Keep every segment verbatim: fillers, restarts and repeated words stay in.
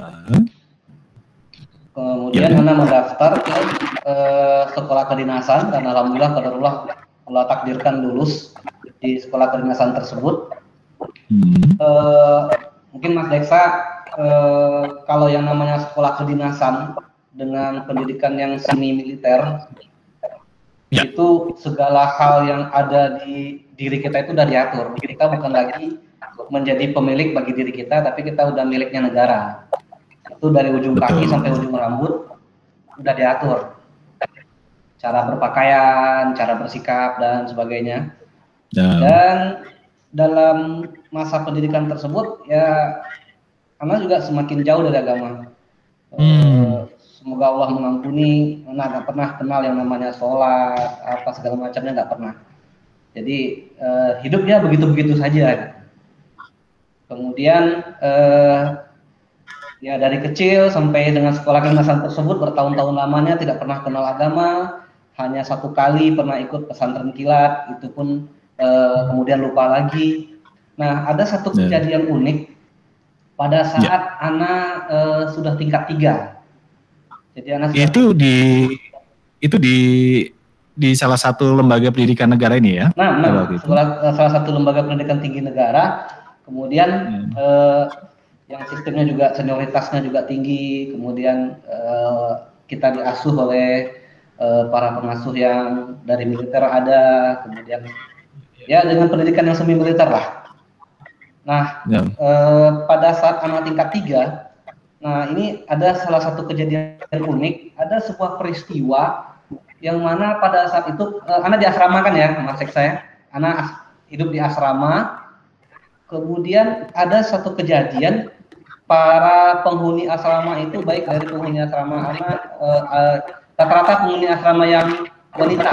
Kemudian ya. Ana mendaftar ke eh, sekolah kedinasan dan alhamdulillah qadarullah Allah takdirkan lulus di sekolah kedinasan tersebut. Hmm. Eh, mungkin Mas Deksa eh, kalau yang namanya sekolah kedinasan dengan pendidikan yang semi militer ya. Itu segala hal yang ada di diri kita itu udah diatur. Kita bukan lagi menjadi pemilik bagi diri kita, tapi kita udah miliknya negara. Itu dari ujung Betul. Kaki sampai ujung rambut udah diatur. Cara berpakaian, cara bersikap dan sebagainya. Ya. Dan dalam masa pendidikan tersebut ya Ana juga semakin jauh dari agama. Hmm. Semoga Allah mengampuni. Ana nggak pernah kenal yang namanya sholat, apa segala macamnya nggak pernah. Jadi eh, hidupnya begitu-begitu saja. Kemudian eh, ya dari kecil sampai dengan sekolah kedinasan tersebut bertahun-tahun lamanya tidak pernah kenal agama, hanya satu kali pernah ikut pesantren kilat, itu pun eh, kemudian lupa lagi. Nah ada satu kejadian unik pada saat ya. Ana eh, sudah tingkat tiga. Jadi Ana sudah itu di itu di di salah satu lembaga pendidikan negara ini ya? Nah, nah sekolah, salah satu lembaga pendidikan tinggi negara, kemudian hmm. eh, yang sistemnya juga senioritasnya juga tinggi, kemudian uh, kita diasuh oleh uh, para pengasuh yang dari militer ada, kemudian ya dengan pendidikan yang semi militer lah. Nah ya. uh, pada saat anak tingkat tiga, nah ini ada salah satu kejadian unik, ada sebuah peristiwa yang mana pada saat itu uh, anak di asrama kan ya, Mas Ek saya, anak hidup di asrama, kemudian ada satu kejadian para penghuni asrama itu baik dari penghuni asrama anak rata-rata uh, uh, penghuni asrama yang wanita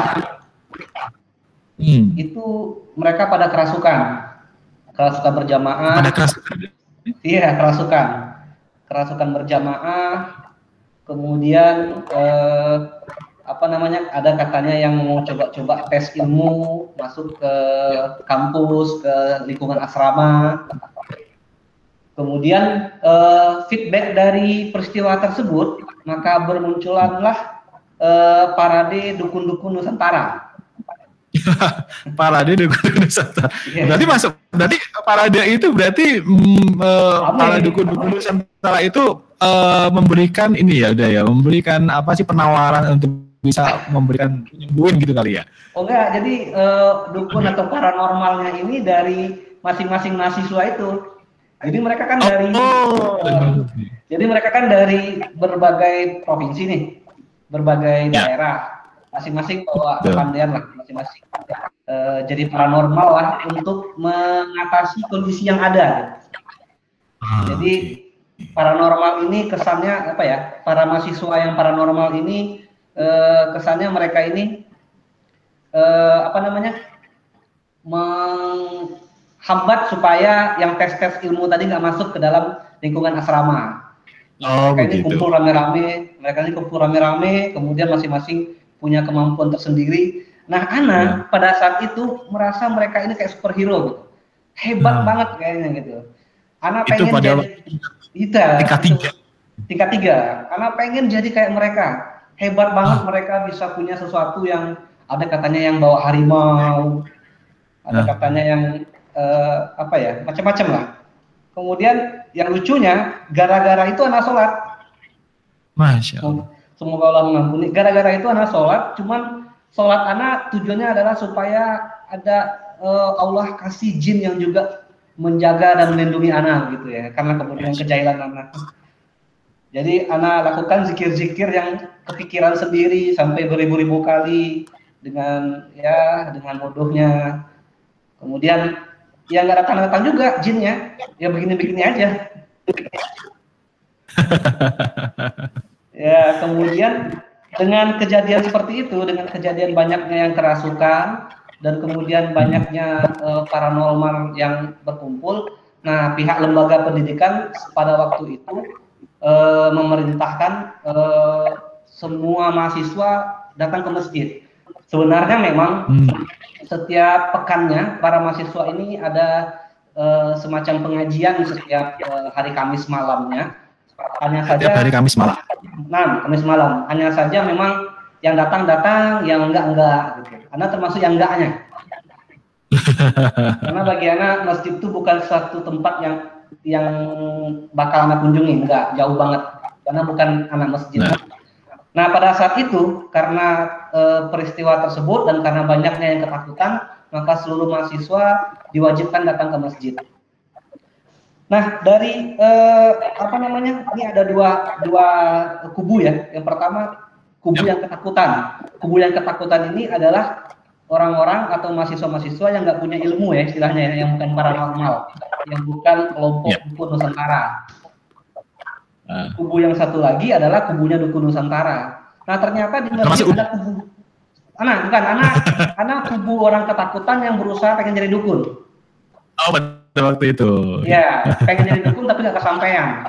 hmm. itu mereka pada kerasukan kerasukan berjamaah pada kerasukan iya kerasukan kerasukan berjamaah kemudian uh, apa namanya ada katanya yang mau coba-coba tes ilmu masuk ke kampus ke lingkungan asrama. Kemudian uh, feedback dari peristiwa tersebut, maka bermunculanlah uh, parade dukun-dukun Nusantara. Parade dukun-dukun Nusantara. Yeah. Berarti masuk, berarti parade itu berarti mm, uh, para dukun-dukun Nusantara itu uh, memberikan ini ya, udah ya, memberikan apa sih penawaran untuk bisa memberikan penyembuhan gitu kali ya? Oh enggak, jadi uh, dukun atau paranormalnya ini dari masing-masing mahasiswa itu. Jadi mereka kan dari oh, uh, jadi mereka kan dari berbagai provinsi nih, berbagai ya. Daerah, masing-masing bawa kepandian lah, masing-masing. Uh, jadi paranormal lah untuk mengatasi kondisi yang ada. Ah, jadi okay. Paranormal ini kesannya apa ya? Para mahasiswa yang paranormal ini uh, kesannya mereka ini uh, apa namanya? Meng hambat supaya yang tes-tes ilmu tadi nggak masuk ke dalam lingkungan asrama. Oh, mereka begitu. ini kumpul rame-rame, mereka ini kumpul rame-rame, kemudian masing-masing punya kemampuan tersendiri. Nah, Ana ya. Pada saat itu merasa mereka ini kayak superhero gitu, hebat nah. banget kayaknya gitu. Ana pengen pada jadi kita tingkat tiga. Tingkat tiga. Ana pengen jadi kayak mereka, hebat banget ah. mereka bisa punya sesuatu yang ada katanya yang bawa harimau, ada nah. katanya yang Uh, apa ya macam-macam lah. Kemudian yang lucunya gara-gara itu anak sholat. Masya Allah. Semoga Allah mengampuni. Gara-gara itu anak sholat, cuman sholat anak tujuannya adalah supaya ada uh, Allah kasih jin yang juga menjaga dan melindungi anak gitu ya. Karena kemudian kejahilan anak. Jadi anak lakukan zikir-zikir yang kepikiran sendiri sampai beribu-ribu kali dengan ya dengan bodohnya. Kemudian ya nggak datang-datang juga jinnya, ya begini-begini aja. Ya kemudian dengan kejadian seperti itu, dengan kejadian banyaknya yang kerasukan dan kemudian banyaknya uh, paranormal yang berkumpul, nah pihak lembaga pendidikan pada waktu itu uh, memerintahkan uh, semua mahasiswa datang ke masjid. Sebenarnya memang hmm. setiap pekannya para mahasiswa ini ada uh, semacam pengajian setiap uh, hari Kamis malamnya. hanya saja Setiap hari Kamis malam. Nah, Kamis malam. Hanya saja memang yang datang-datang, yang enggak-enggak gitu. Anda termasuk yang enggaknya. Karena bagi anak masjid itu bukan suatu tempat yang yang bakal anak kunjungi, enggak, jauh banget. Karena bukan anak masjid. Nah, nah pada saat itu karena e, peristiwa tersebut dan karena banyaknya yang ketakutan, maka seluruh mahasiswa diwajibkan datang ke masjid. Nah, dari eh, apa namanya? Ini ada dua dua kubu ya. Yang pertama kubu yang ketakutan. Kubu yang ketakutan ini adalah orang-orang atau mahasiswa-mahasiswa yang nggak punya ilmu ya istilahnya ya, yang bukan paranormal, yang bukan kelompok dukun Nusantara. Kubu yang satu lagi adalah kubunya dukun Nusantara. Nah, ternyata di masjid ada kubu. Anak, bukan anak, anak kubu orang ketakutan yang berusaha pengen jadi dukun. Oh, pada waktu itu. Ya, pengen jadi dukun tapi nggak kesampaian.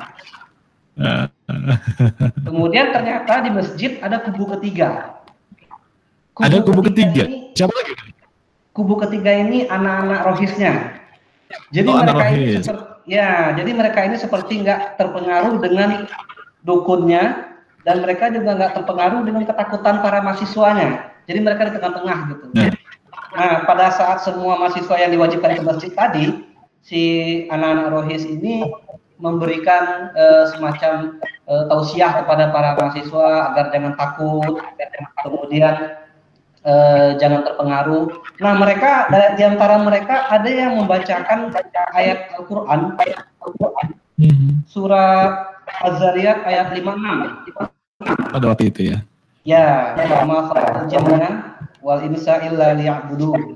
Kemudian ternyata di masjid ada kubu ketiga. Kubu ada kubu ketiga. Ini, Siapa lagi? Kubu ketiga ini anak-anak rohisnya. Jadi oh, mereka rohis. ini seperti, ya, jadi mereka ini seperti nggak terpengaruh dengan dukunnya dan mereka juga nggak terpengaruh dengan ketakutan para mahasiswanya. Jadi mereka di tengah-tengah gitu. Nah. Nah, pada saat semua mahasiswa yang diwajibkan ke masjid tadi, si anak-anak rohis ini memberikan uh, semacam uh, tausiah kepada para mahasiswa agar jangan takut, kemudian uh, jangan terpengaruh. Nah, mereka di antara mereka ada yang membacakan ayat Al-Qur'an, surah Az-Zariyat ayat lima puluh enam. Pada waktu itu ya. Ya, sama khalaqal jinna wal insa illa liya'budun.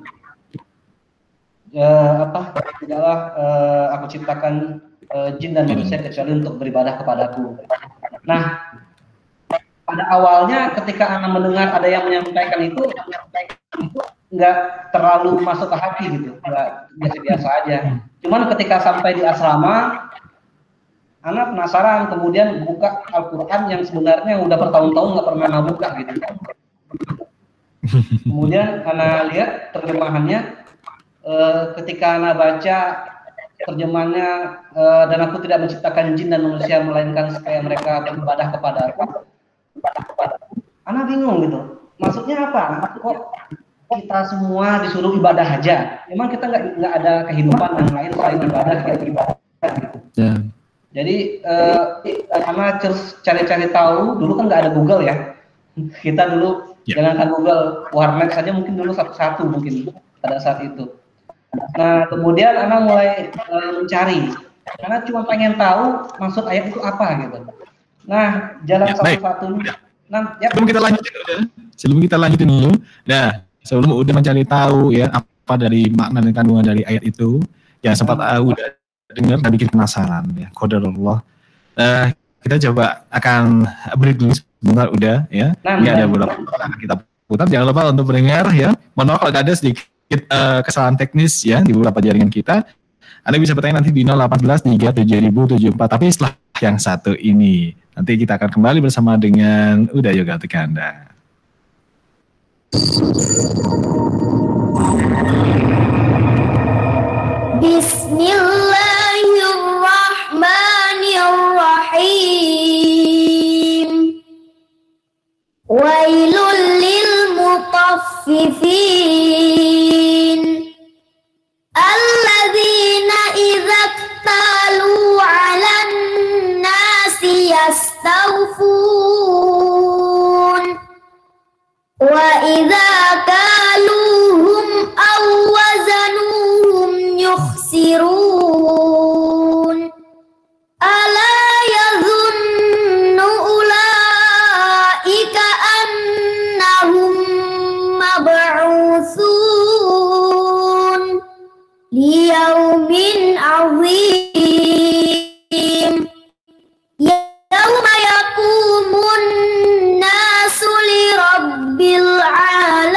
Ya, apa? Tidaklah uh, aku ciptakan uh, jin dan manusia kecuali untuk beribadah kepadaku. Nah, pada awalnya ketika anak mendengar ada yang menyampaikan itu, itu nggak terlalu masuk ke hati gitu, nggak biasa-biasa aja. Cuman ketika sampai di asrama, anak penasaran, kemudian buka Al-Quran yang sebenarnya udah bertahun-tahun nggak pernah anak buka gitu. Kemudian anak lihat terjemahannya, eh, ketika anak baca terjemahannya, eh, dan aku tidak menciptakan jin dan manusia melainkan supaya mereka beribadah kepada aku. Anak bingung gitu, maksudnya apa? Kok kita semua disuruh ibadah aja? Memang kita nggak nggak ada kehidupan yang lain selain ibadah kayak ibadah. Yeah. Jadi eh, anak terus cari-cari tahu. Dulu kan nggak ada Google ya. Kita dulu yeah. jangankan Google, warnet saja mungkin dulu satu-satu mungkin pada saat itu. Nah, kemudian anak mulai uh, mencari, karena cuma pengen tahu maksud ayat itu apa gitu. Nah, jalan ya, satu-satunya. Nah, ya. Sebelum kita lanjutin, sebelum kita lanjutin dulu. Nah, sebelum udah mencari tahu ya apa dari makna dan kandungan dari ayat itu, yang sempat uh, udah dengar dan bikin penasaran ya. Qadarullah. Uh, kita coba akan break dulu sebentar udah ya. Nah, ini ada beberapa akan kita putar. Jangan lupa untuk mendengar ya. Mohon maaf kalau ada sedikit uh, kesalahan teknis ya di beberapa jaringan kita. Anda bisa bertanya nanti di nol satu delapan tiga tujuh nol nol tujuh empat. Tapi setelah yang satu ini, nanti kita akan kembali bersama dengan Uda Yoga untuk Anda. Bismillahirrahmanirrahim. Wailul lil mutaffifin. Alladzina idza iktalu 'alan nasi yastawfun wa idza kaluhum aw wazanuhum yukhsirun. Ala yadhunnu ulaika annahum mab'utsun liyaumin azim yawma yaqumun nasu li rabbil alamin.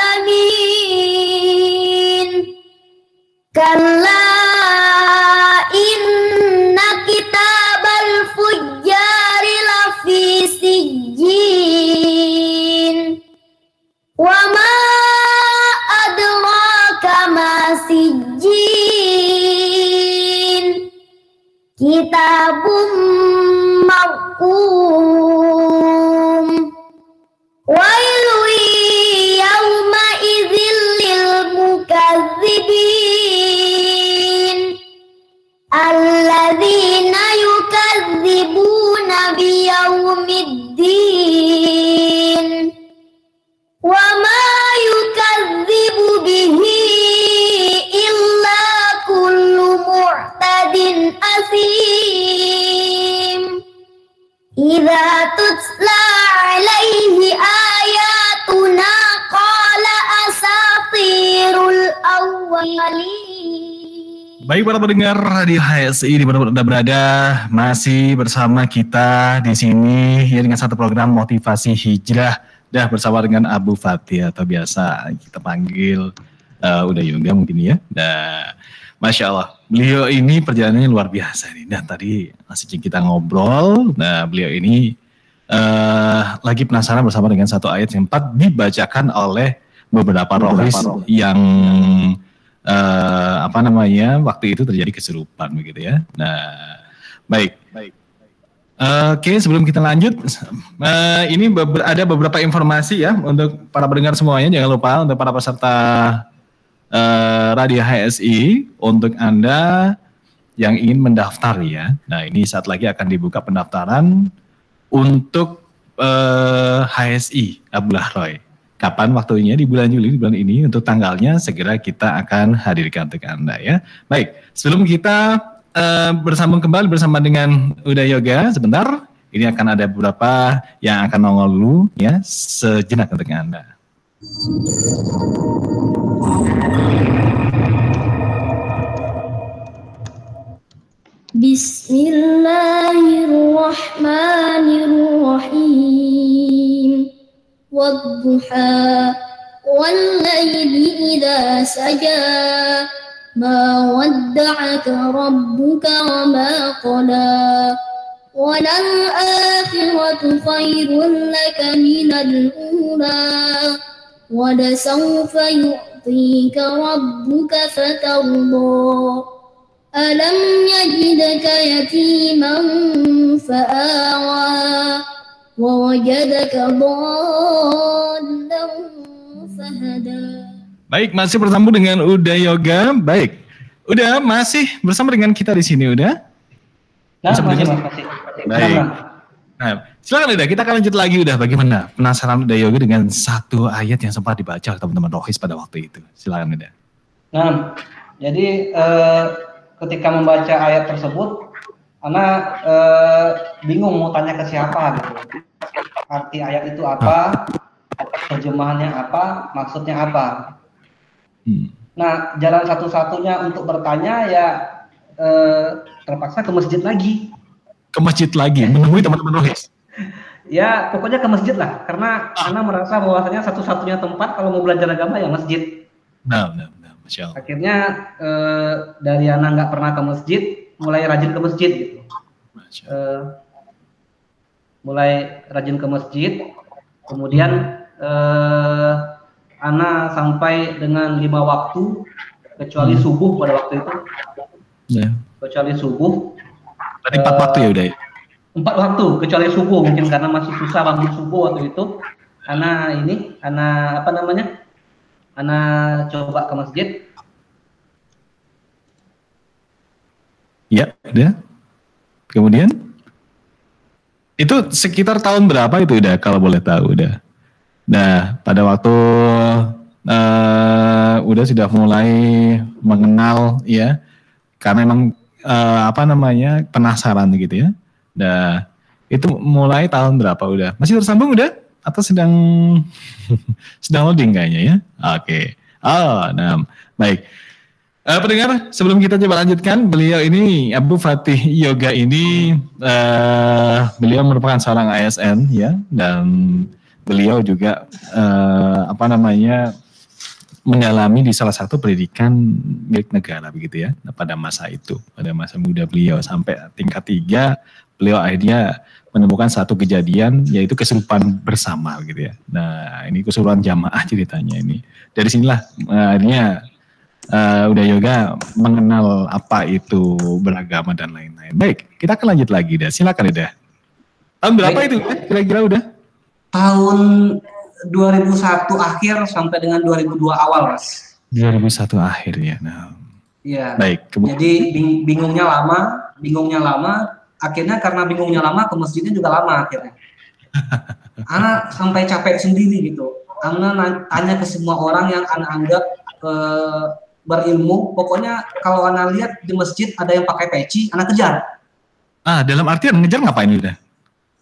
idza tutla alaihi ayatuna qala asatirul awwalin. Baik para pendengar Radio H S I di mana Anda berada, masih bersama kita di sini ya dengan satu program motivasi hijrah, dah bersama dengan Abu Fatih atau biasa kita panggil uh, Uda Yoga mungkin ya. Nah, Masya Allah, beliau ini perjalanannya luar biasa nih. Dan tadi masih kita ngobrol, nah beliau ini uh, lagi penasaran bersama dengan satu ayat yang sempat dibacakan oleh beberapa rohis yang Uh, apa namanya waktu itu terjadi kesurupan begitu ya. Nah, baik. Baik. Uh, Oke, okay, sebelum kita lanjut, uh, ini beber- ada beberapa informasi ya untuk para pendengar semuanya. Jangan lupa untuk para peserta uh, Radio H S I, untuk Anda yang ingin mendaftar ya. Nah, ini saat lagi akan dibuka pendaftaran untuk uh, H S I Abdullah Roy. Kapan waktunya? Di bulan Juli, di bulan ini. Untuk tanggalnya segera kita akan hadirkan untuk Anda ya. Baik, sebelum kita uh, bersambung kembali bersama dengan Uda Yoga sebentar, ini akan ada beberapa yang akan nongol dulu ya, sejenak untuk Anda. Bismillahirrahmanirrahim. والضحى والليل إذا سجى ما ودعك ربك وما قلى وللآخرة خير لك من الأولى ولسوف يعطيك ربك فترضى ألم يجدك يتيما فآوى ووجدك ضالا فهدى. Baik, masih bersambung dengan Uda Yoga. Baik, Uda masih bersama dengan kita di sini, Uda. Nah, masih, masih, masih. Baik. Nah, silakan Uda, kita akan lanjut lagi Uda. Bagaimana penasaran Uda Yoga dengan satu ayat yang sempat dibaca oleh teman-teman rohis pada waktu itu? Silakan Uda. Nah, jadi eh, ketika membaca ayat tersebut, Ana eh, bingung mau tanya ke siapa gitu. Arti ayat itu apa, terjemahannya apa, maksudnya apa. Hmm. Nah, jalan satu-satunya untuk bertanya ya eh, terpaksa ke masjid lagi. Ke masjid lagi, menemui teman-teman rohis? Ya, pokoknya ke masjid lah. Karena ah. Ana merasa bahwasanya satu-satunya tempat kalau mau belajar agama ya masjid. Nah, nah, nah, Masya Allah. Akhirnya eh, dari Ana nggak pernah ke masjid, mulai rajin ke masjid gitu. Uh, mulai rajin ke masjid, kemudian uh, Ana sampai dengan lima waktu kecuali hmm. subuh pada waktu itu, yeah. kecuali subuh. Berarti empat uh, waktu ya udah? Empat waktu kecuali subuh, mungkin karena masih susah bangun subuh waktu itu. Ana ini, Ana apa namanya? Ana coba ke masjid. Ya, udah. Kemudian itu sekitar tahun berapa itu udah kalau boleh tahu udah. Nah, pada waktu uh, udah sudah mulai mengenal ya, karena emang uh, apa namanya penasaran gitu ya. Nah, itu mulai tahun berapa udah? Masih tersambung udah? Atau sedang sedang loading kayaknya ya? Oke. Okay. Oh, nah, baik. Uh, pendengar, sebelum kita coba lanjutkan, beliau ini Abu Fatih Yoga ini uh, beliau merupakan seorang A S N ya, dan beliau juga uh, apa namanya mendalami di salah satu pendidikan milik negara begitu ya, pada masa itu, pada masa muda beliau sampai tingkat tiga, beliau akhirnya menemukan satu kejadian yaitu kesurupan bersama gitu ya. Nah, ini kesurupan jamaah ceritanya ini. Dari sinilah uh, akhirnya Uh, Uda Yoga mengenal apa itu beragama dan lain-lain. Baik, kita akan lanjut lagi dah. Silakan Uda. Tahun berapa Baik. Itu kira-kira Uda? Tahun dua ribu satu akhir sampai dengan dua ribu dua awal, Mas. dua ribu satu akhir ya. Nah. Iya. Baik. Kemudian. Jadi bing- bingungnya lama, bingungnya lama. Akhirnya karena bingungnya lama, ke masjidnya juga lama akhirnya. Ana sampai capek sendiri gitu. Ana tanya ke semua orang yang Ana anggap eh, berilmu, pokoknya kalau Ana lihat di masjid ada yang pakai peci, Ana kejar. Ah, dalam artian ngejar ngapain udah?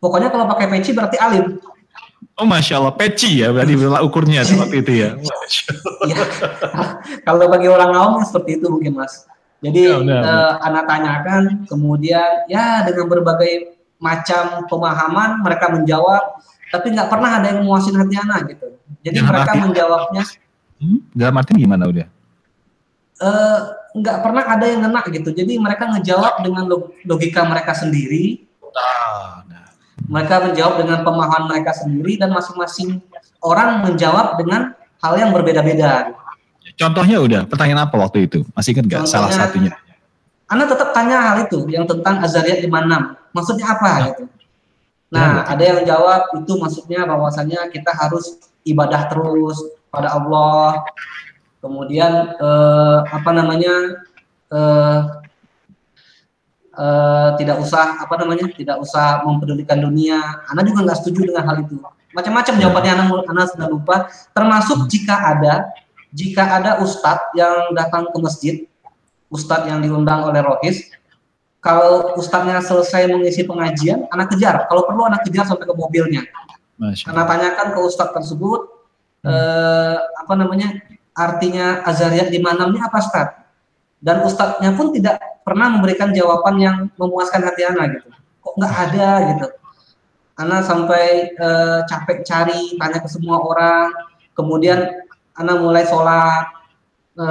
Pokoknya kalau pakai peci berarti alim. Oh masya Allah, peci ya berarti ukurnya seperti itu ya. Ya. Kalau bagi orang awam seperti itu mungkin Mas. Jadi ya, benar, benar. Eh, anak tanyakan, kemudian ya dengan berbagai macam pemahaman mereka menjawab, tapi nggak pernah ada yang memuasin hati anak gitu. Jadi ya, mereka arti, menjawabnya. Hmm, dalam arti gimana udah? Eh, nggak pernah ada yang ngena gitu. Jadi mereka ngejawab dengan logika mereka sendiri. Nah, nah. Mereka menjawab dengan pemahaman mereka sendiri dan masing-masing orang menjawab dengan hal yang berbeda-beda. Contohnya udah, pertanyaan apa waktu itu? Masih ingat nggak salah satunya? Anda tetap tanya hal itu yang tentang Az-Zariyat lima puluh enam. Maksudnya apa nah. gitu? Nah, nah ada yang jawab itu maksudnya bahwasannya kita harus ibadah terus pada Allah. Kemudian eh, apa namanya eh, eh, tidak usah apa namanya tidak usah mempedulikan dunia. Anda juga nggak setuju dengan hal itu. Macam-macam jawabannya Anda, Anda sudah lupa. Termasuk jika ada jika ada ustadz yang datang ke masjid, ustadz yang diundang oleh Rohis, kalau ustadznya selesai mengisi pengajian, Anda kejar. Kalau perlu Anda kejar sampai ke mobilnya. Anda tanyakan ke ustadz tersebut hmm. eh, apa namanya artinya Az-Zariyat lima puluh enam ini apa Ustaz? Dan ustadznya pun tidak pernah memberikan jawaban yang memuaskan hati Ana gitu. Kok nggak ada gitu. Ana sampai e, capek cari, tanya ke semua orang. Kemudian Ana mulai sholat e,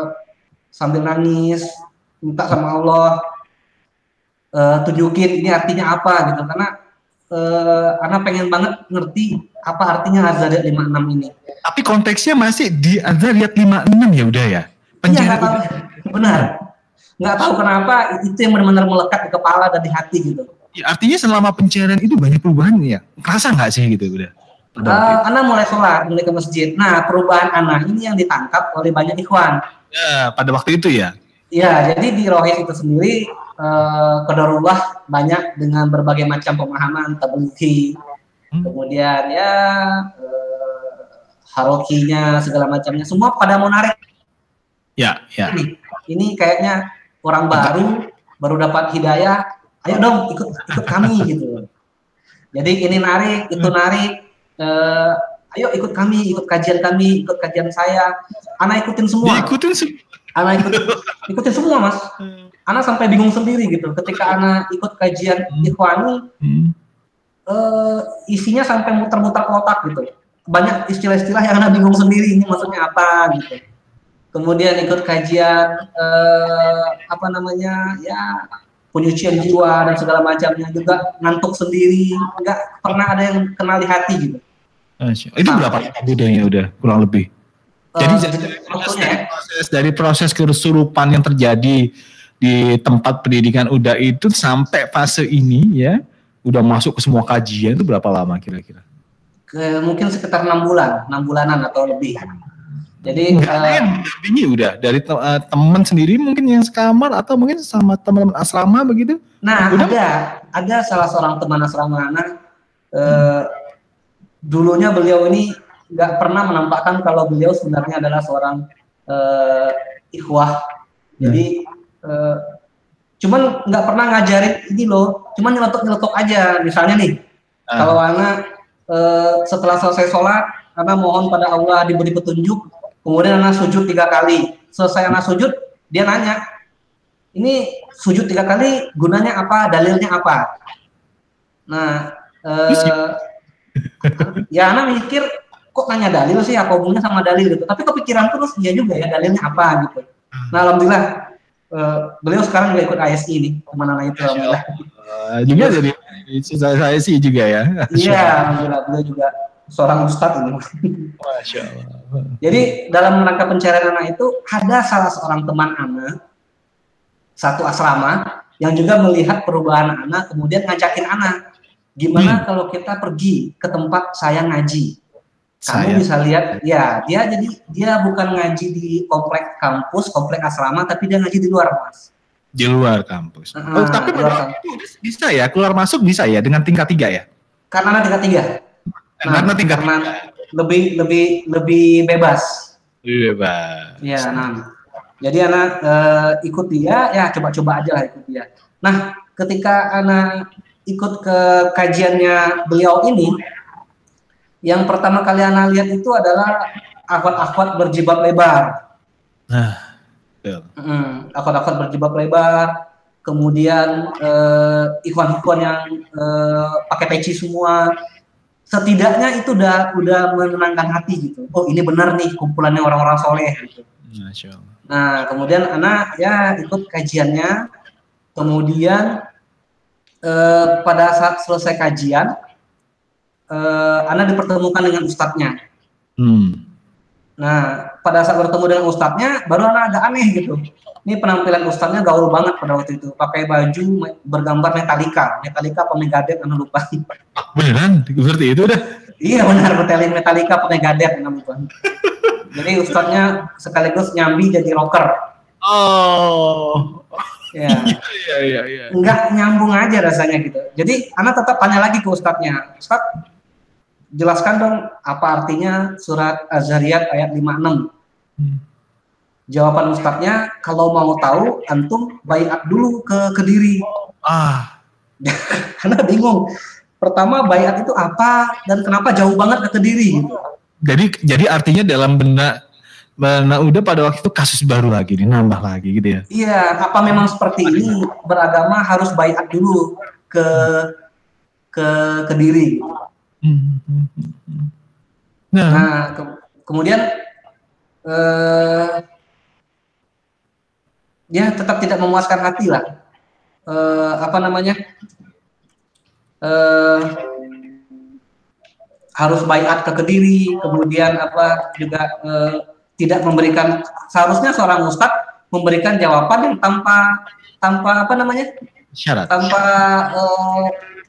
sambil nangis, minta sama Allah e, tunjukin ini artinya apa gitu. Karena e, Ana pengen banget ngerti apa artinya Az-Zariyat lima puluh enam ini. Tapi konteksnya masih di Az-Zariyat lima puluh enam ya udah ya? Iya, nggak tahu. Benar. Nggak tahu kenapa itu yang benar-benar melekat di kepala dan di hati gitu. Ya, artinya selama pencarian itu banyak perubahan ya? Kerasa nggak sih gitu udah? Uh, Ana mulai sholat, mulai ke masjid. Nah, perubahan Ana ini yang ditangkap oleh banyak ikhwan. Ya, pada waktu itu ya? Iya, jadi di Rohis itu sendiri uh, qadarullah banyak dengan berbagai macam pemahaman, tablighi, hmm. kemudian ya uh, harokinya segala macamnya semua pada mau narik. Ya, ya. Ini, ini kayaknya orang baru baru dapat hidayah. Ayo dong ikut ikut kami gitu. Jadi ini narik, itu narik. Uh, ayo ikut kami, ikut kajian kami, ikut kajian saya. Ana ikutin semua. Ikutin semua. Ana ikut, ikutin semua mas. Ana sampai bingung sendiri gitu. Ketika Ana ikut kajian ikhwani, hmm. uh, isinya sampai muter-muter otak gitu. Banyak istilah-istilah yang Ana bingung sendiri. Ini maksudnya apa gitu. Kemudian ikut kajian eh, apa namanya ya penyucian jiwa dan segala macamnya juga ngantuk sendiri, nggak pernah ada yang kenal di hati gitu. Itu nah, berapa budaya udah kurang lebih? Uh, Jadi dari proses, dari proses dari proses kesurupan yang terjadi di tempat pendidikan udah itu sampai fase ini ya, udah masuk ke semua kajian itu berapa lama kira-kira? Ke, mungkin sekitar enam bulan, enam bulanan atau lebih. Jadi ini uh, udah dari te uh, teman sendiri mungkin yang sekamar atau mungkin sama teman-teman asrama begitu? Nah udah? ada ada salah seorang teman asrama anak uh, hmm. dulunya beliau ini nggak pernah menampakkan kalau beliau sebenarnya adalah seorang uh, ikhwah. Jadi uh, cuman nggak pernah ngajarin ini loh, cuman nyelotok-nyelotok aja. Misalnya nih uh. kalau anak uh, setelah selesai sholat, anak mohon pada Allah diberi petunjuk. Kemudian anak sujud tiga kali. Selesai anak sujud, dia nanya, ini sujud tiga kali gunanya apa? Dalilnya apa? Nah, eh, ya anak mikir, kok nanya dalil sih? Apa hubungannya sama dalil gitu? Tapi kepikiran terus, iya juga ya dalilnya apa gitu. Nah, alhamdulillah, eh, beliau sekarang juga ikut A S I nih, teman anak itu. Alhamdulillah. Uh, juga jadi A S I juga ya? Iya, alhamdulillah beliau juga seorang ustadz ini. Masya Allah. Jadi dalam rangka pencarian anak itu ada salah seorang teman anak satu asrama yang juga melihat perubahan anak, kemudian ngajakin anak, gimana hmm. kalau kita pergi ke tempat saya ngaji. Kamu saya? Bisa lihat, ya dia jadi dia bukan ngaji di komplek kampus, komplek asrama, tapi dia ngaji di luar mas. Di luar kampus. Uh, oh, tapi luar kampus. Bisa ya keluar masuk bisa ya dengan tingkat tiga ya? Karena tingkat tiga. Nah, karena tingkat lebih lebih lebih bebas. Lebih bebas. Ya, nah. Jadi anak uh, ikut dia, ya coba-coba aja lah ikut dia. Nah, ketika anak ikut ke kajiannya beliau ini, yang pertama kali Ana lihat itu adalah akhwat-akhwat berjilbab lebar. Nah, betul. Hmm, akhwat-akhwat berjilbab lebar, kemudian eh, ikhwan-ikhwan yang eh, pakai peci semua. Setidaknya itu udah udah menenangkan hati gitu. Oh ini benar nih kumpulannya orang-orang soleh gitu. Masya Allah. Nah kemudian Ana ya ikut kajiannya, kemudian eh, pada saat selesai kajian, eh, Ana dipertemukan dengan ustadznya. Hmm. Nah, pada saat bertemu dengan ustadznya, baru Ana agak aneh gitu. Ini penampilan ustadznya gaul banget pada waktu itu. Pakai baju bergambar Metallica. Metallica apa Megadeth, Ana lupa. Beneran? Seperti itu dah? Iya benar, Metallica apa Megadeth, Ana lupa. Jadi ustadznya sekaligus nyambi jadi rocker. Oh. Ya. Iya, iya, iya. Enggak nyambung aja rasanya gitu. Jadi Ana tetap tanya lagi ke ustadznya. Ustadz, jelaskan dong apa artinya surat Az-Zariyat ayat lima puluh enam. Hmm. Jawaban ustadznya, kalau mau tahu antum baiat dulu ke Kediri. Ah. Karena bingung. Pertama baiat itu apa dan kenapa jauh banget ke Kediri gitu. Jadi jadi artinya dalam benak benak udah pada waktu itu kasus baru lagi nih, nambah lagi gitu ya. Iya, apa memang seperti ini beragama harus baiat dulu ke ke Kediri. Nah, nah ke, kemudian eh, ya tetap tidak memuaskan hati lah. Eh, apa namanya? Eh, harus baiat ke Kediri, kemudian apa juga eh, tidak memberikan, seharusnya seorang ustadz memberikan jawaban yang tanpa tanpa apa namanya? Syarat. Tanpa eh,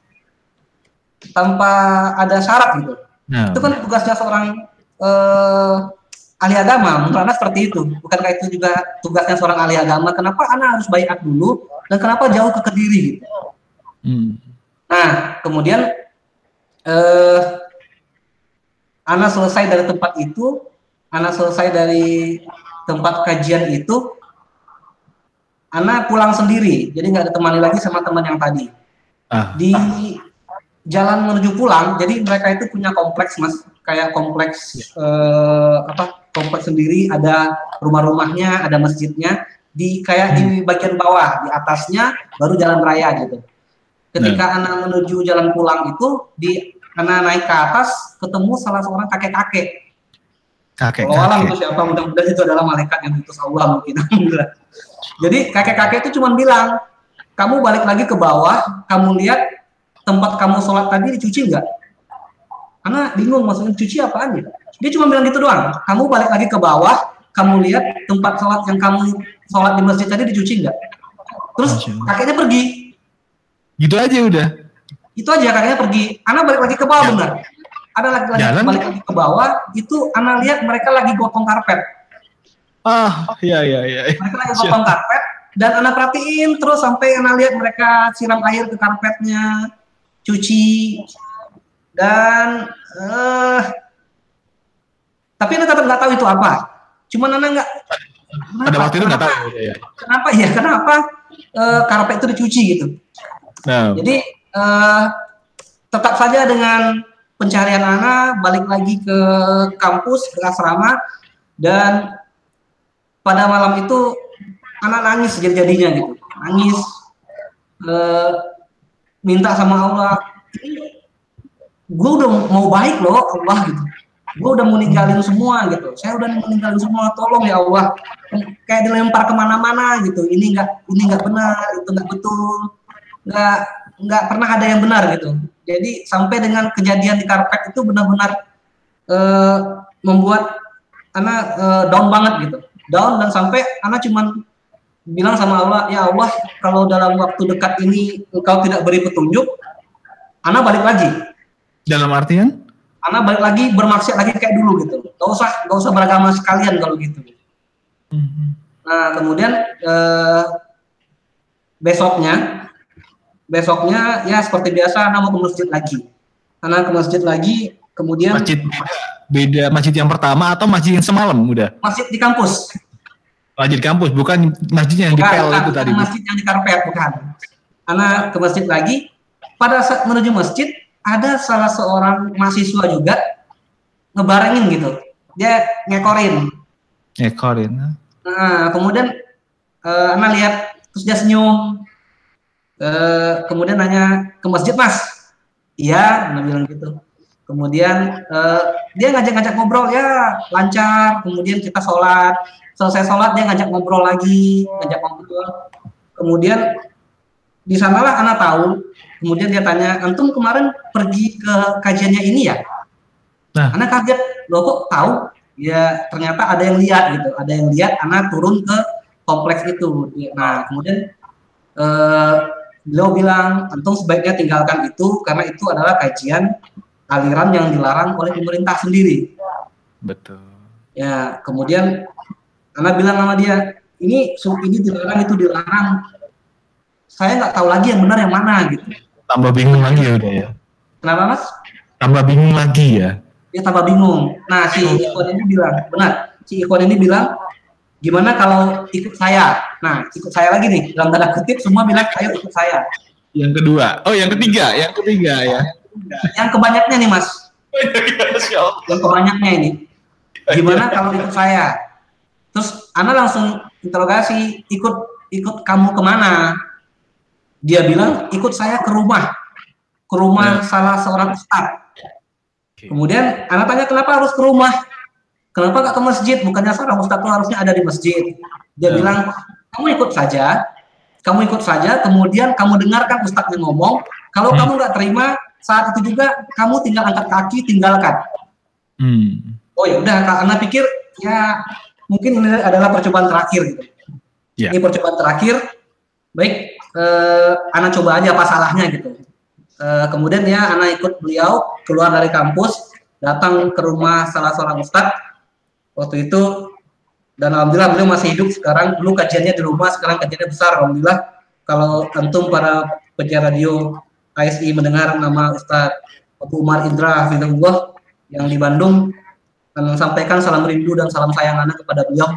tanpa ada syarat gitu. Nah. Itu kan tugasnya seorang eh, ahli agama. Menurut Ana seperti itu. Bukankah itu juga tugasnya seorang ahli agama? Kenapa Ana harus baiat dulu dan kenapa jauh ke Kediri gitu? Hmm. Nah, kemudian eh, Ana selesai dari tempat itu, Ana selesai dari tempat kajian itu, Ana pulang sendiri. Jadi nggak ditemani lagi sama teman yang tadi. Ah. Di jalan menuju pulang, jadi mereka itu punya kompleks mas, kayak kompleks eh, apa kompleks sendiri, ada rumah-rumahnya, ada masjidnya, di kayak di bagian bawah, di atasnya baru jalan raya gitu. Ketika nah. Anak menuju jalan pulang itu, di anak naik ke atas, ketemu salah seorang kakek-kakek. Kakek-kakek. Oh alam itu siapa? Mudah-mudahan itu adalah malaikat yang diutus Allah mungkin. Jadi kakek-kakek itu cuma bilang, kamu balik lagi ke bawah, kamu lihat tempat kamu sholat tadi dicuci nggak? Karena bingung maksudnya cuci apaan ya? Dia cuma bilang gitu doang. Kamu balik lagi ke bawah, kamu lihat tempat sholat yang kamu sholat di masjid tadi dicuci nggak? Terus kakeknya pergi. Gitu aja udah. Itu aja kakeknya pergi. Anak balik lagi ke bawah benar. Ada lagi lagi balik lagi ke bawah. Itu anak lihat mereka lagi gotong karpet. Ah, iya iya iya. Mereka lagi gotong karpet dan anak perhatiin terus sampai anak lihat mereka siram air ke karpetnya. Cuci dan uh, tapi Anda tetap nggak tahu itu apa. Cuman Anda nggak. Pada waktu itu nggak tahu. Ya. Kenapa ya? Kenapa uh, karpet itu dicuci gitu? No. Jadi uh, tetap saja dengan pencarian Anda balik lagi ke kampus, ke asrama, dan pada malam itu Anda nangis jadi-jadinya gitu, nangis. Uh, minta sama Allah, gue udah mau baik loh Allah gitu, gue udah mau ninggalin semua gitu, saya udah mau ninggalin semua, tolong ya Allah, kayak dilempar kemana-mana gitu, ini nggak ini nggak benar, itu nggak betul, nggak nggak pernah ada yang benar gitu. Jadi sampai dengan kejadian di karpet itu benar-benar uh, membuat anak uh, down banget gitu, down dan sampai anak cuman bilang sama Allah, ya Allah, kalau dalam waktu dekat ini engkau tidak beri petunjuk, Ana balik lagi. Dalam artian? Ana balik lagi bermaksiat lagi kayak dulu gitu. Gak usah, gak usah beragama sekalian kalau gitu. Mm-hmm. Nah kemudian eh, besoknya, besoknya ya seperti biasa Ana mau ke masjid lagi. Ana ke masjid lagi, kemudian masjid beda masjid yang pertama atau masjid yang semalam udah? Masjid di kampus. Masjid kampus, bukan masjid yang bukan, di pel bukan, itu tadi. Masjid yang di karpet, bukan. Anak ke masjid lagi, pada saat menuju masjid ada salah seorang mahasiswa juga ngebarengin gitu, dia ngekorin. Ngekorin. Nah, kemudian uh, Ana lihat, terus dia senyum, uh, kemudian nanya, ke masjid mas? Iya, Ana bilang gitu. Kemudian uh, dia ngajak-ngajak ngobrol, ya lancar. Kemudian kita sholat, selesai sholat dia ngajak ngobrol lagi, ngajak ngobrol. Kemudian di sanalah Ana tahu. Kemudian dia tanya, antum kemarin pergi ke kajiannya ini ya? Nah, Ana kaget, loh kok tahu? Ya ternyata ada yang lihat gitu, ada yang lihat Ana turun ke kompleks itu. Nah kemudian uh, beliau bilang, antum sebaiknya tinggalkan itu karena itu adalah kajian aliran yang dilarang oleh pemerintah sendiri. Betul. Ya, kemudian Ana bilang sama dia, ini ini dilarang, itu dilarang. Saya nggak tahu lagi yang benar yang mana gitu. Tambah bingung lagi ya udah ya. Kenapa mas? Tambah bingung lagi ya. Dia tambah bingung. Nah si Ikhwan ini bilang, benar. Si Ikhwan ini bilang, gimana kalau ikut saya? Nah ikut saya lagi nih. Dalam tanda kutip semua bilang, ayo ikut saya. Yang kedua, oh yang ketiga, yang ketiga ya. Yang kebanyaknya nih mas, yang kebanyaknya ini, gimana kalau ikut saya? Terus Ana langsung interogasi, ikut ikut kamu kemana? Dia bilang ikut saya ke rumah, ke rumah ya. Salah seorang ustadz. Kemudian Ana tanya kenapa harus ke rumah? Kenapa nggak ke masjid? Bukannya seorang ustadz itu harusnya ada di masjid. Dia ya. bilang kamu ikut saja, kamu ikut saja. Kemudian kamu dengarkan ustadznya ngomong. Kalau hmm. kamu nggak terima, saat itu juga kamu tinggal angkat kaki, tinggalkan. Hmm. Oh ya udah, Ana pikir ya mungkin ini adalah percobaan terakhir gitu. Yeah. Ini percobaan terakhir. Baik, eh, Ana coba aja apa salahnya gitu. Eh, kemudian ya Ana ikut beliau keluar dari kampus, datang ke rumah salah seorang ustadz waktu itu, dan alhamdulillah beliau masih hidup sekarang. Dulu kajiannya di rumah, sekarang kajiannya besar. Alhamdulillah. Kalau antum para penyiar radio A S I mendengar nama Ustadz Abu Umar Indra Hafizahullah yang di Bandung, dan sampaikan salam rindu dan salam sayang Ana kepada beliau.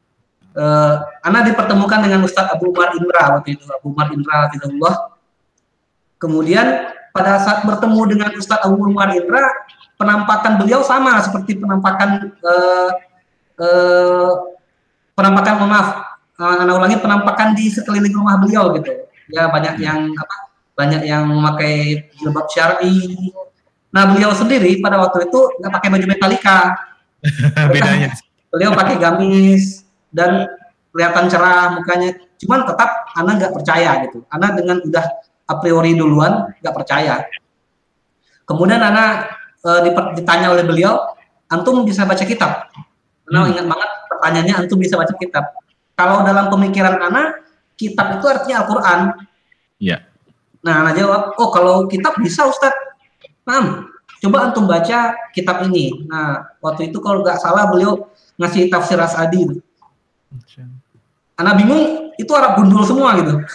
Uh, Ana dipertemukan dengan Ustadz Abu Umar Indra waktu itu, Abu Umar Indra Hafizahullah. Kemudian pada saat bertemu dengan Ustadz Abu Umar Indra, penampakan beliau sama seperti penampakan uh, uh, penampakan maaf, uh, Ana ulangi, penampakan di sekeliling rumah beliau gitu. Ya banyak yang apa? Banyak yang memakai jilbab syar'i. Nah beliau sendiri pada waktu itu nggak pakai baju Metallica. Bedanya. Beliau pakai gamis dan kelihatan cerah mukanya. Cuman tetap Ana nggak percaya gitu. Ana dengan udah a priori duluan nggak percaya. Kemudian Ana e, ditanya oleh beliau, antum bisa baca kitab? Ana hmm. ingat banget pertanyaannya, antum bisa baca kitab? Kalau dalam pemikiran Ana, kitab itu artinya Al-Quran. Iya. Yeah. Nah, Ana jawab, oh kalau kitab bisa Ustadz. Nah, coba antum baca kitab ini. Nah, waktu itu kalau nggak salah beliau ngasih tafsir As-Sa'di. Ana bingung, itu Arab gundul semua gitu.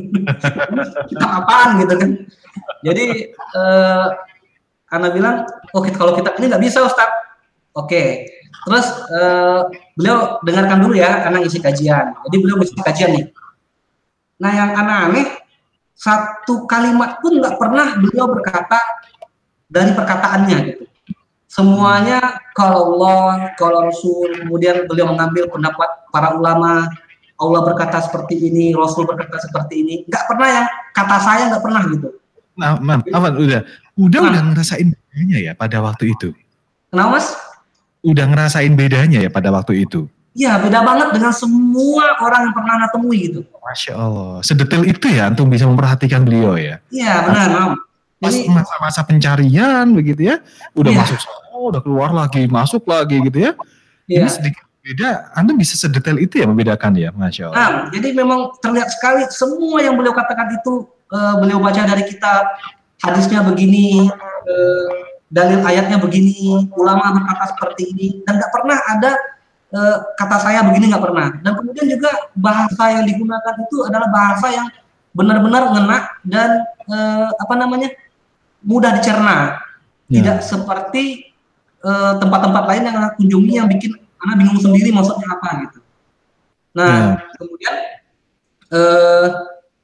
Kitab apaan gitu kan. Jadi, eh, Ana bilang, oh kalau kitab ini nggak bisa Ustadz. Oke. Terus, eh, beliau dengarkan dulu ya, Ana ngisi kajian. Jadi beliau ngisi kajian nih. Nah, yang Ana aneh, satu kalimat pun nggak pernah beliau berkata dari perkataannya gitu. Semuanya kalau Allah, kalau Rasul, kemudian beliau mengambil pendapat para ulama, Allah berkata seperti ini, Rasul berkata seperti ini. Nggak pernah yang kata saya nggak pernah gitu. Nah, Mam, Afan, udah, udah nah, udah ngerasain bedanya ya pada waktu itu. Kenapa Mas? Udah ngerasain bedanya ya pada waktu itu. Iya, beda banget dengan semua orang yang pernah Ana temui gitu. Masya Allah, sedetail itu ya antum bisa memperhatikan beliau ya. Iya benar, Mam. Pas masa-masa pencarian begitu ya, udah ya. masuk, oh, udah keluar lagi, masuk lagi gitu ya. Ya. Ini sedikit beda, antum bisa sedetail itu ya membedakan ya, Masya Allah. Nah, jadi memang terlihat sekali semua yang beliau katakan itu uh, beliau baca dari kitab, hadisnya begini, uh, dalil ayatnya begini, ulama berkata seperti ini, dan nggak pernah ada Uh, kata saya begini, nggak pernah. Dan kemudian juga bahasa yang digunakan itu adalah bahasa yang benar-benar ngena dan uh, apa namanya mudah dicerna, ya. Tidak seperti tempat-tempat uh, lain yang Ana kunjungi yang bikin Ana bingung sendiri maksudnya apa gitu. Nah ya. kemudian uh,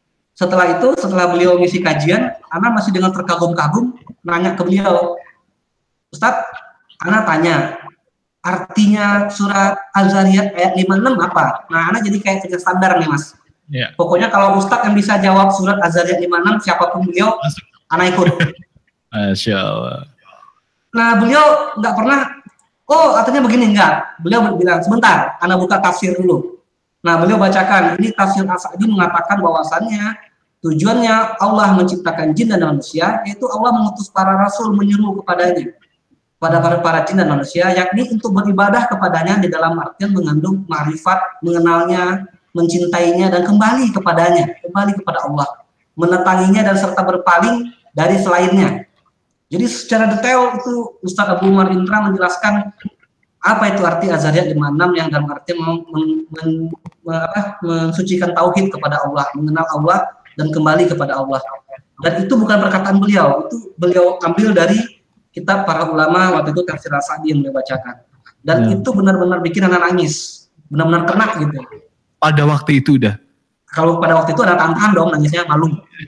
setelah itu, setelah beliau ngisi kajian, Ana masih dengan terkagum-kagum nanya ke beliau, Ustadz, Ana tanya, artinya surat Az-Zariyat ayat lima puluh enam apa? Nah, Ana jadi kayak kerja standar nih, Mas. Yeah. Pokoknya kalau Ustadz yang bisa jawab surat Az-Zariyat lima puluh enam, siapapun beliau, Ana ikut. Masya Allah. Nah, beliau nggak pernah, oh artinya begini, enggak. Beliau bilang, sebentar, Ana buka tafsir dulu. Nah, beliau bacakan, ini tafsir As-Sa'di mengatakan bahwasannya tujuannya Allah menciptakan jin dan manusia, yaitu Allah mengutus para rasul menyuruh kepadanya, pada para, para jin dan manusia, yakni untuk beribadah kepadanya di dalam artian mengandung ma'rifat, mengenalnya, mencintainya, dan kembali kepadanya, kembali kepada Allah, menetanginya dan serta berpaling dari selainnya. Jadi secara detail itu Ustaz Abu Umar Indra menjelaskan apa itu arti Az-Zariyat lima puluh enam yang dalam arti men, men, men, apa, mensucikan tauhid kepada Allah, mengenal Allah dan kembali kepada Allah. Dan itu bukan perkataan beliau, itu beliau ambil dari kitab para ulama waktu itu tafsir As-Sa'di yang beliau bacakan. Dan ya. Itu benar-benar bikin anak nangis, benar-benar kena gitu. Pada waktu itu udah. Kalau pada waktu itu ada tahan dong, nangisnya malu.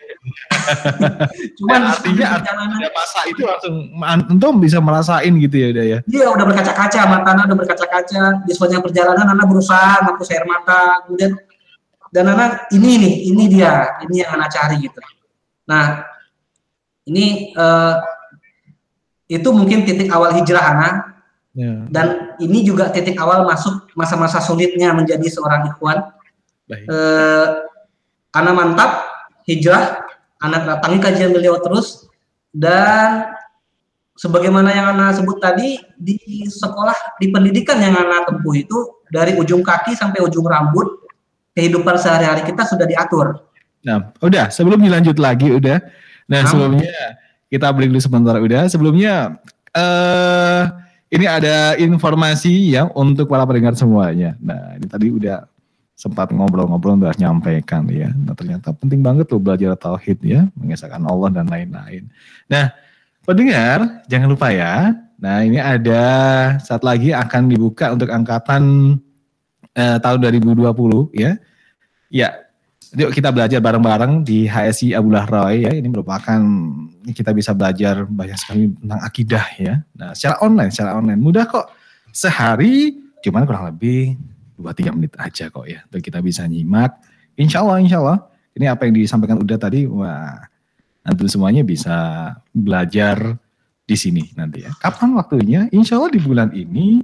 Cuman ya, artinya ada masa itu langsung antum bisa merasain gitu ya udah ya. Iya, udah berkaca-kaca, mata Ana udah berkaca-kaca. Di sepanjang perjalanan Ana berusaha ngapus air mata, kemudian dan Ana ini nih, ini dia, ini yang Ana cari gitu. Nah, ini uh, itu mungkin titik awal hijrah Ana. Ya. Dan ini juga titik awal masuk masa-masa sulitnya menjadi seorang ikhwan. Uh, Ana mantap hijrah, Ana datangi kajian beliau terus, dan sebagaimana yang Ana sebut tadi, di sekolah, di pendidikan yang Ana tempuh itu dari ujung kaki sampai ujung rambut, kehidupan sehari-hari kita sudah diatur. Nah, udah sebelum dilanjut lagi udah. Nah, nah sebelumnya kita break dulu sebentar udah. Sebelumnya uh, ini ada informasi ya untuk para pendengar semuanya. Nah, ini tadi udah sempat ngobrol-ngobrol udah nyampaikan ya. Nah, ternyata penting banget tuh belajar tauhid ya, mengesahkan Allah dan lain-lain. Nah, pendengar jangan lupa ya. Nah, ini ada saat lagi akan dibuka untuk angkatan eh, tahun dua ribu dua puluh ya. Ya. Yuk kita belajar bareng-bareng di H S I Abdullah Roy ya. Ini merupakan kita bisa belajar banyak sekali tentang akidah ya. Nah, secara online, secara online mudah kok. Sehari cuman kurang lebih dua tiga menit aja kok ya, untuk kita bisa nyimak. Insya Allah, insya Allah, ini apa yang disampaikan udah tadi, wah, nanti semuanya bisa belajar di sini nanti ya. Kapan waktunya? Insya Allah di bulan ini.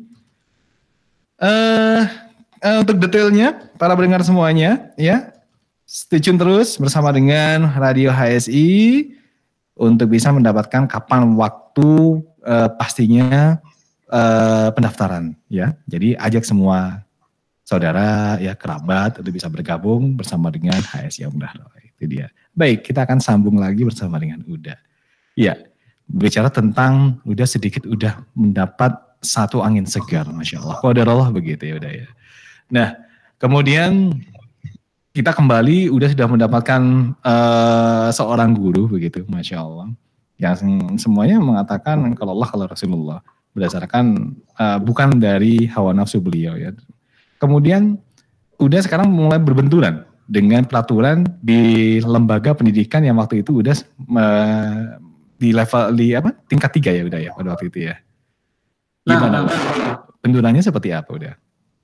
Uh, uh, untuk detailnya, para pendengar semuanya, ya, stay tune terus bersama dengan Radio H S I untuk bisa mendapatkan kapan waktu uh, pastinya uh, pendaftaran, ya. Jadi ajak semua saudara ya kerabat untuk bisa bergabung bersama dengan H S I Abdullah Roy. Itu dia. Baik, kita akan sambung lagi bersama dengan Uda. Ya, bicara tentang Uda sedikit udah mendapat satu angin segar, Masya Allah. Qadarullah begitu ya Uda ya. Nah, kemudian kita kembali Uda sudah mendapatkan uh, seorang guru begitu, Masya Allah. Yang semuanya mengatakan kalau Allah kalau Rasulullah berdasarkan uh, bukan dari hawa nafsu beliau ya. Kemudian udah sekarang mulai berbenturan dengan peraturan di lembaga pendidikan yang waktu itu udah uh, di level di apa tingkat tiga ya udah ya pada waktu itu ya. Gimana? Nah, benturannya seperti apa udah?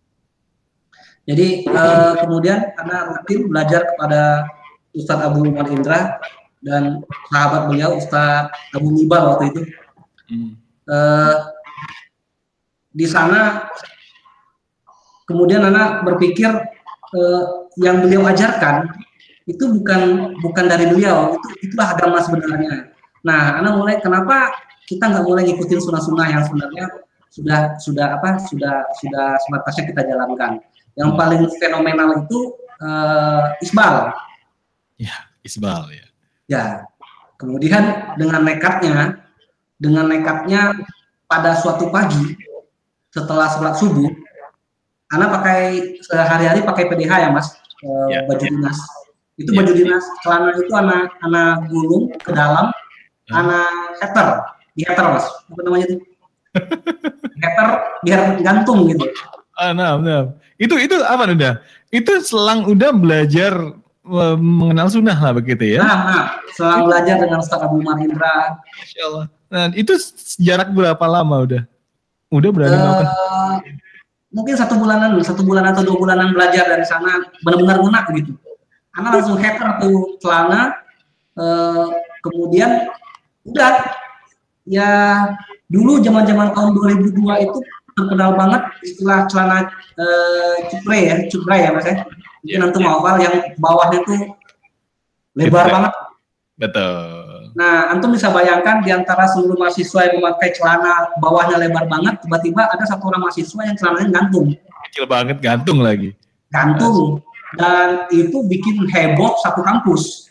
Jadi uh, kemudian karena rutin belajar kepada Ustadz Abu Umar Indra dan sahabat beliau Ustadz Abu Nibal waktu itu. Hmm. Uh, di sana kemudian anak berpikir eh, yang beliau ajarkan itu bukan bukan dari beliau, itu itulah agama sebenarnya. Nah, anak mulai kenapa kita nggak mulai ngikutin sunnah-sunnah yang sebenarnya sudah sudah apa sudah sudah sebatasnya kita jalankan. Yang paling fenomenal itu eh, isbal. Ya, isbal ya. Ya. Kemudian dengan nekatnya, dengan nekatnya pada suatu pagi setelah sholat subuh. Anak pakai sehari-hari pakai P D H ya Mas, e, yeah, baju yeah. dinas. Itu yeah. baju dinas, celana itu anak anak gulung ke dalam, yeah. anak heater, di heater Mas, apa namanya itu? Heater biar gantung gitu. Ah, nah, nah. Itu itu apa udah? Itu selang udah belajar uh, mengenal sunnah lah begitu ya. Nah, nah setelah belajar dengan Ustaz Abu Umar Indra. Masya Allah. Nah, itu jarak berapa lama udah? Udah berani uh, melakukan? Mungkin satu bulanan, satu bulan atau dua bulanan belajar dari sana, benar-benar lunak gitu. Karena langsung hacker tuh celana, uh, kemudian udah ya dulu zaman-zaman tahun dua ribu dua itu terkenal banget istilah celana uh, cupre ya, cupre ya mas ya. Mungkin antum hafal yang bawahnya tuh lebar banget. Betul. Nah, antum bisa bayangkan di antara seluruh mahasiswa yang memakai celana bawahnya lebar banget, tiba-tiba ada satu orang mahasiswa yang celananya gantung. Kecil banget, gantung lagi. Gantung. Dan itu bikin heboh satu kampus.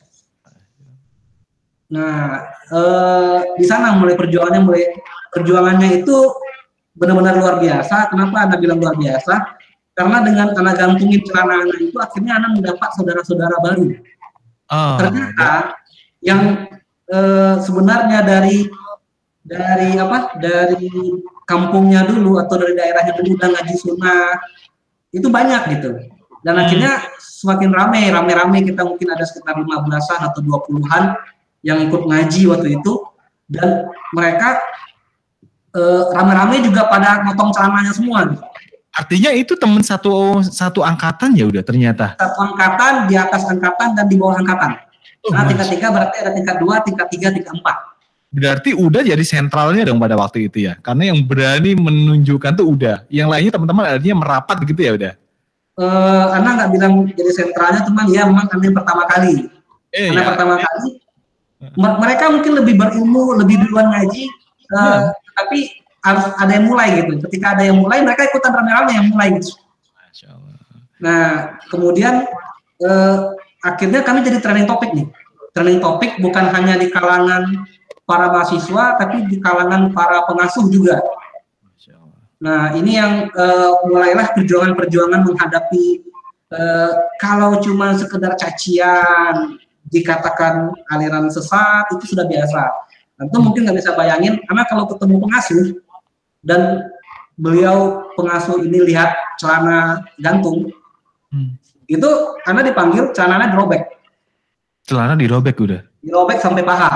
Nah, eh, di sana mulai perjuangannya, mulai perjuangannya itu benar-benar luar biasa. Kenapa Anda bilang luar biasa? Karena dengan Anda gantungin celana Anda itu, akhirnya Anda mendapat saudara-saudara baru. Oh, ternyata yang Uh, sebenarnya dari dari apa dari kampungnya dulu atau dari daerahnya dulu udah ngaji sunnah itu banyak gitu dan hmm. akhirnya semakin ramai rame-rame kita mungkin ada sekitar lima belasan atau dua puluhan yang ikut ngaji waktu itu dan mereka uh, rame-rame juga pada motong celananya semua gitu. Artinya itu teman satu satu angkatan ya udah ternyata satu angkatan, di atas angkatan dan di bawah angkatan. Nah, tingkat tiga berarti ada tingkat dua, tingkat tiga, tingkat empat. Berarti udah jadi sentralnya dong pada waktu itu ya? Karena yang berani menunjukkan tuh udah. Yang lainnya teman-teman artinya merapat gitu ya udah? Uh, Anda nggak bilang jadi sentralnya, teman ya memang Anda yang pertama kali. Eh, Anda ya. pertama kali. Mereka mungkin lebih berilmu, lebih duluan ngaji, uh, ya. tapi harus ada yang mulai gitu. Ketika ada yang mulai, mereka ikutan rame-rame yang mulai gitu. Masya Allah. Nah, kemudian uh, akhirnya kami jadi trending topik nih. Trending topik bukan hanya di kalangan para mahasiswa, tapi di kalangan para pengasuh juga. Nah, ini yang uh, mulailah perjuangan-perjuangan menghadapi uh, kalau cuma sekedar cacian, dikatakan aliran sesat, itu sudah biasa. Tentu mungkin nggak bisa bayangin, karena kalau ketemu pengasuh, dan beliau pengasuh ini lihat celana gantung, hmm. itu Anda dipanggil, celananya dirobek. Celana dirobek udah? Dirobek sampai paha.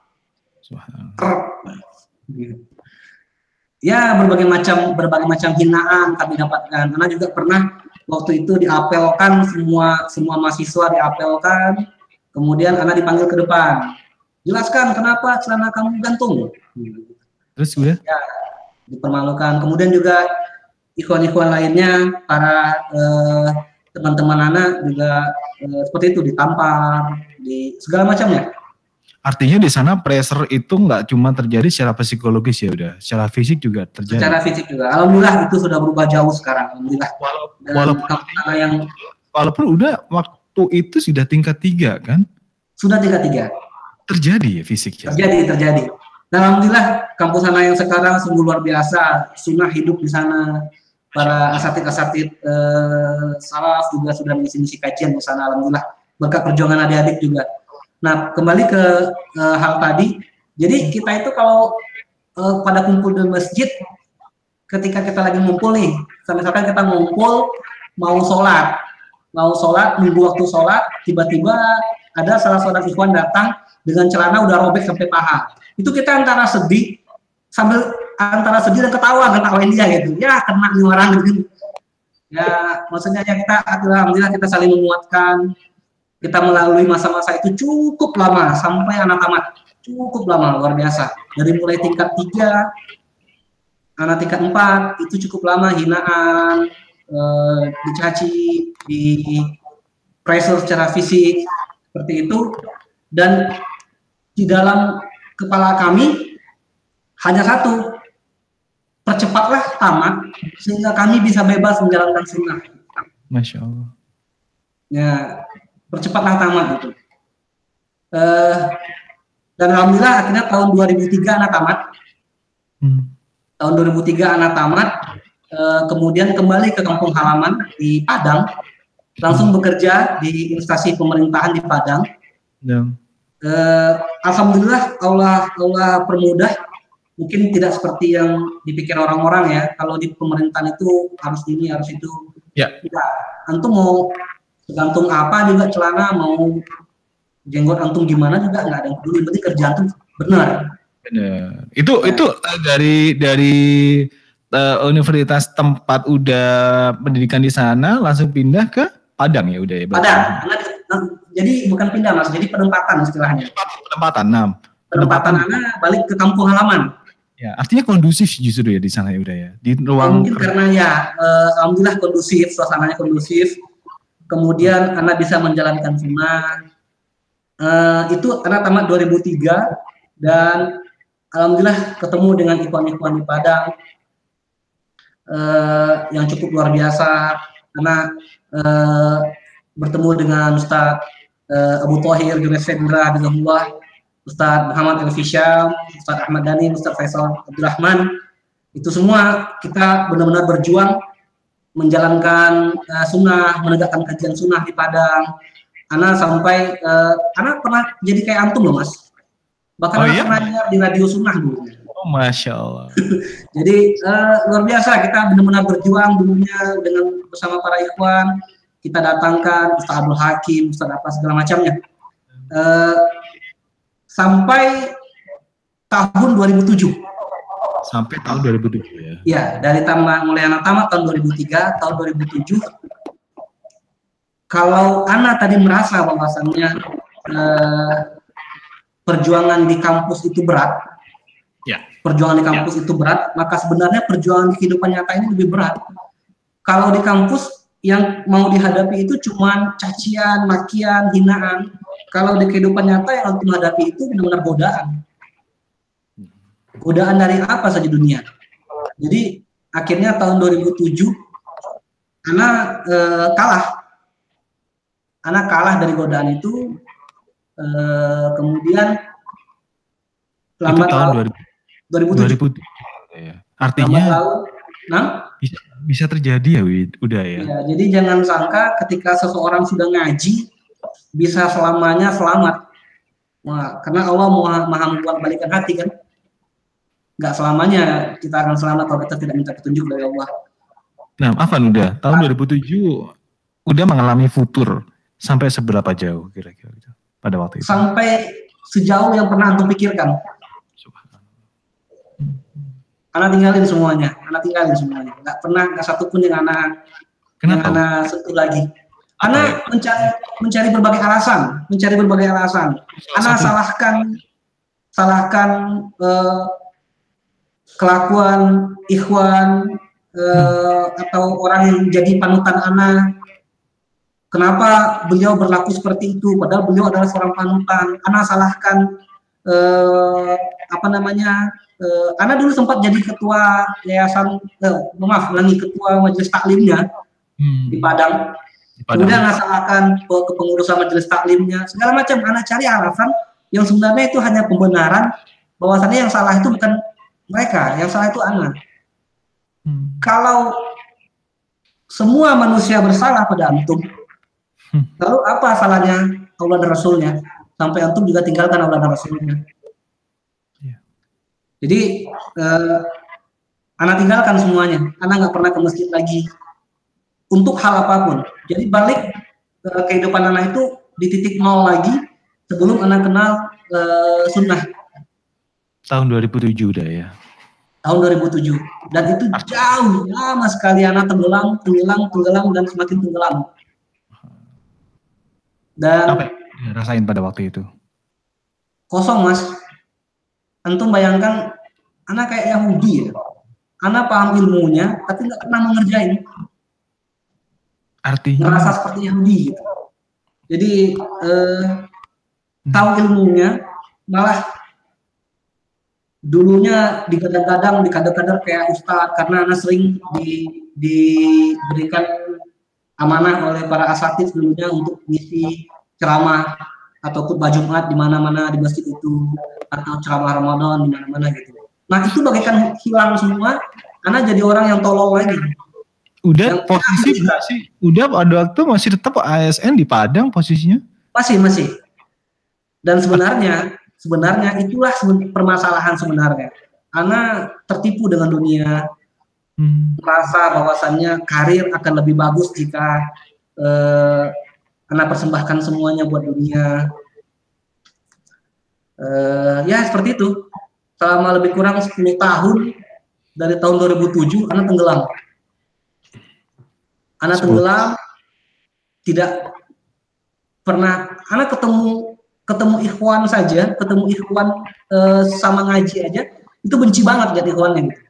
Ya, berbagai macam berbagai macam hinaan kami dapatkan. Anda juga pernah waktu itu diapelkan, semua semua mahasiswa diapelkan, kemudian Anda dipanggil ke depan. Jelaskan kenapa celana kamu gantung. Terus udah? Ya, dipermalukan. Kemudian juga ikhwan-ikhwan lainnya, para eh, teman-teman anak juga eh, seperti itu, ditampar, di segala macamnya. Artinya di sana pressure itu nggak cuma terjadi secara psikologis ya udah, secara fisik juga terjadi. Secara fisik juga. Alhamdulillah itu sudah berubah jauh sekarang. Alhamdulillah. Walaupun, walaupun yang walaupun udah waktu itu sudah tingkat tiga kan? Sudah tingkat tiga. Terjadi ya fisiknya. Terjadi, terjadi. Dan alhamdulillah kampus sana yang sekarang sungguh luar biasa. Sunnah hidup di sana. Para asatid-asatid eh, salaf juga sudah mengisi-misi kajian di sana. Alhamdulillah. Berkat perjuangan adik-adik juga. Nah, kembali ke uh, hal tadi. Jadi kita itu kalau uh, pada kumpul di masjid, ketika kita lagi ngumpul nih, misalkan kita ngumpul mau sholat, mau sholat, nunggu waktu sholat, tiba-tiba ada salah seorang ikhwan datang dengan celana udah robek sampai paha. Itu kita antara sedih, sambil antara sedih dan ketawa, ketawain dia gitu. Ya, kena nih orang gitu. Ya, maksudnya ya kita, alhamdulillah kita saling menguatkan. Kita melalui masa-masa itu cukup lama sampai anak tamat, cukup lama, luar biasa. Dari mulai tingkat tiga, anak tingkat empat itu cukup lama, hinaan, eh, dicaci, di pressure secara fisik seperti itu. Dan di dalam kepala kami hanya satu, percepatlah tamat sehingga kami bisa bebas menjalankan sunnah. Masya Allah. Ya. Percepatlah tamat gitu. Uh, dan alhamdulillah akhirnya tahun dua ribu tiga anak tamat. Hmm. Tahun dua ribu tiga anak tamat, uh, kemudian kembali ke kampung halaman di Padang, langsung bekerja di instansi pemerintahan di Padang. Yeah. Uh, alhamdulillah Allah Allah permudah. Mungkin tidak seperti yang dipikir orang-orang ya. Kalau di pemerintahan itu harus ini harus itu. Ya. Yeah. Antum mau Tergantung apa juga celana, mau jenggot antum gimana juga nggak ada yang peduli, berarti kerja antum benar. Benar. Itu Ya. itu uh, dari dari uh, universitas tempat udah pendidikan di sana langsung pindah ke Padang ya udah ya. Ada, jadi bukan pindah mas, jadi penempatan istilahnya. Penempatan, enam. Penempatan anak balik ke kampung halaman. Ya, artinya kondusif justru ya di sana ya udah ya. Di ruang. Mungkin karena ya, eh, alhamdulillah kondusif, suasananya kondusif. Kemudian anak bisa menjalankan sunnah. Uh, itu anak tamat dua ribu tiga dan alhamdulillah ketemu dengan ikhwan-ikhwan di Padang uh, yang cukup luar biasa. Anak uh, bertemu dengan Ustaz uh, Abu Thahir Junaid Fendra Bidullah, Ustaz Muhammad Al-Fisham, Ustaz Ahmad Dhani, Ustaz Faisal Abdurrahman. Itu semua kita benar-benar berjuang menjalankan uh, sunnah, menegakkan kajian sunnah di Padang. Anak sampai, uh, anak pernah jadi kayak antum loh mas. Bahkan oh, anak iya? pernah dengar di radio sunnah dulu. Oh masya Allah. Jadi uh, luar biasa, kita benar-benar berjuang dulunya dengan bersama para ikhwan. Kita datangkan Ustaz Abdul Hakim, Ustaz apa segala macamnya. Uh, sampai tahun dua ribu tujuh. Sampai tahun dua ribu tujuh ya? Ya, dari tamat, mulai anak tamat tahun dua ribu tiga, tahun dua ribu tujuh. Kalau anak tadi merasa bahwasannya eh, perjuangan di kampus itu berat, ya. perjuangan di kampus ya. itu berat, maka sebenarnya perjuangan di kehidupan nyata ini lebih berat. Kalau di kampus yang mau dihadapi itu cuma cacian, makian, hinaan. Kalau di kehidupan nyata yang harus dihadapi itu benar-benar godaan. Godaan dari apa saja dunia. Jadi akhirnya tahun dua ribu tujuh anak eh, kalah. Anak kalah dari godaan itu, eh, kemudian lambat laun dua ribu tujuh. Ya. Artinya laun, nah, bisa, bisa terjadi ya, Wid. Udah ya. ya. Jadi jangan sangka ketika seseorang sudah ngaji bisa selamanya selamat. Wah, karena Allah maha, maha membuat balikan hati kan. Nggak selamanya kita akan selamat kalau kita tidak minta petunjuk dari Allah. Nah, Afan udah tahun dua ribu tujuh udah mengalami futur. Sampai seberapa jauh kira-kira pada waktu itu? Sampai sejauh yang pernah antum pikirkan. Anak tinggalin semuanya, anak tinggalin semuanya. Nggak pernah, nggak satupun yang anak, yang anak sentuh lagi. Anak mencari, mencari berbagai alasan, mencari berbagai alasan. Anak salahkan, salahkan eh, kelakuan ikhwan eh, atau orang yang jadi panutan anak. Kenapa beliau berlaku seperti itu? Padahal beliau adalah seorang panutan. Ana salahkan eh, apa namanya? Eh, Ana dulu sempat jadi ketua yayasan, eh, maaf, lagi ketua majelis taklimnya hmm. di Padang. Di Padang. Kemudian Ana salahkan kepengurusan majelis taklimnya. Segala macam. Ana cari alasan yang sebenarnya itu hanya pembenaran bahwasannya yang salah itu bukan mereka, yang salah itu Ana. Hmm. Kalau semua manusia bersalah pada antum, lalu apa salahnya Allah dan Rasulnya? Sampai antum juga tinggalkan Allah dan Rasulnya. Ya. Jadi eh, anak tinggalkan semuanya. Anak nggak pernah ke masjid lagi untuk hal apapun. Jadi balik eh, kehidupan anak itu di titik nol lagi sebelum anak kenal eh, sunnah. Tahun dua ribu tujuh udah ya. Tahun dua ribu tujuh. Dan itu jauh lama sekali anak tenggelam, tenggelam, tenggelam dan semakin tenggelam. Dan apa yang rasain pada waktu itu? Kosong mas. Antum bayangkan anak kayak Yahudi ya. Anak paham ilmunya tapi nggak pernah mengerjain. Artinya? Merasa seperti Yahudi gitu. Jadi eh, tahu ilmunya malah dulunya digadang-gadang, dikadang-kadang kayak ustadz karena anak sering di, diberikan amanah oleh para asatidz dulunya untuk mengisi ceramah atau khutbah Jumat di mana-mana di masjid itu atau ceramah Ramadan di mana-mana gitu. Nah itu bagaikan hilang semua, karena jadi orang yang tolol lagi. Udah yang posisi masih, udah pada waktu masih tetap A S N di Padang posisinya? Masih masih. Dan sebenarnya sebenarnya itulah permasalahan sebenarnya. Ana tertipu dengan dunia. Hmm. Merasa bahwasannya karir akan lebih bagus jika eh, anak persembahkan semuanya buat dunia. Uh, ya seperti itu. Selama lebih kurang sepuluh tahun dari tahun dua ribu tujuh anak tenggelam. Anak tenggelam, tidak pernah anak ketemu ketemu ikhwan saja, ketemu ikhwan uh, sama ngaji aja, itu benci banget jadi ikhwannya gitu.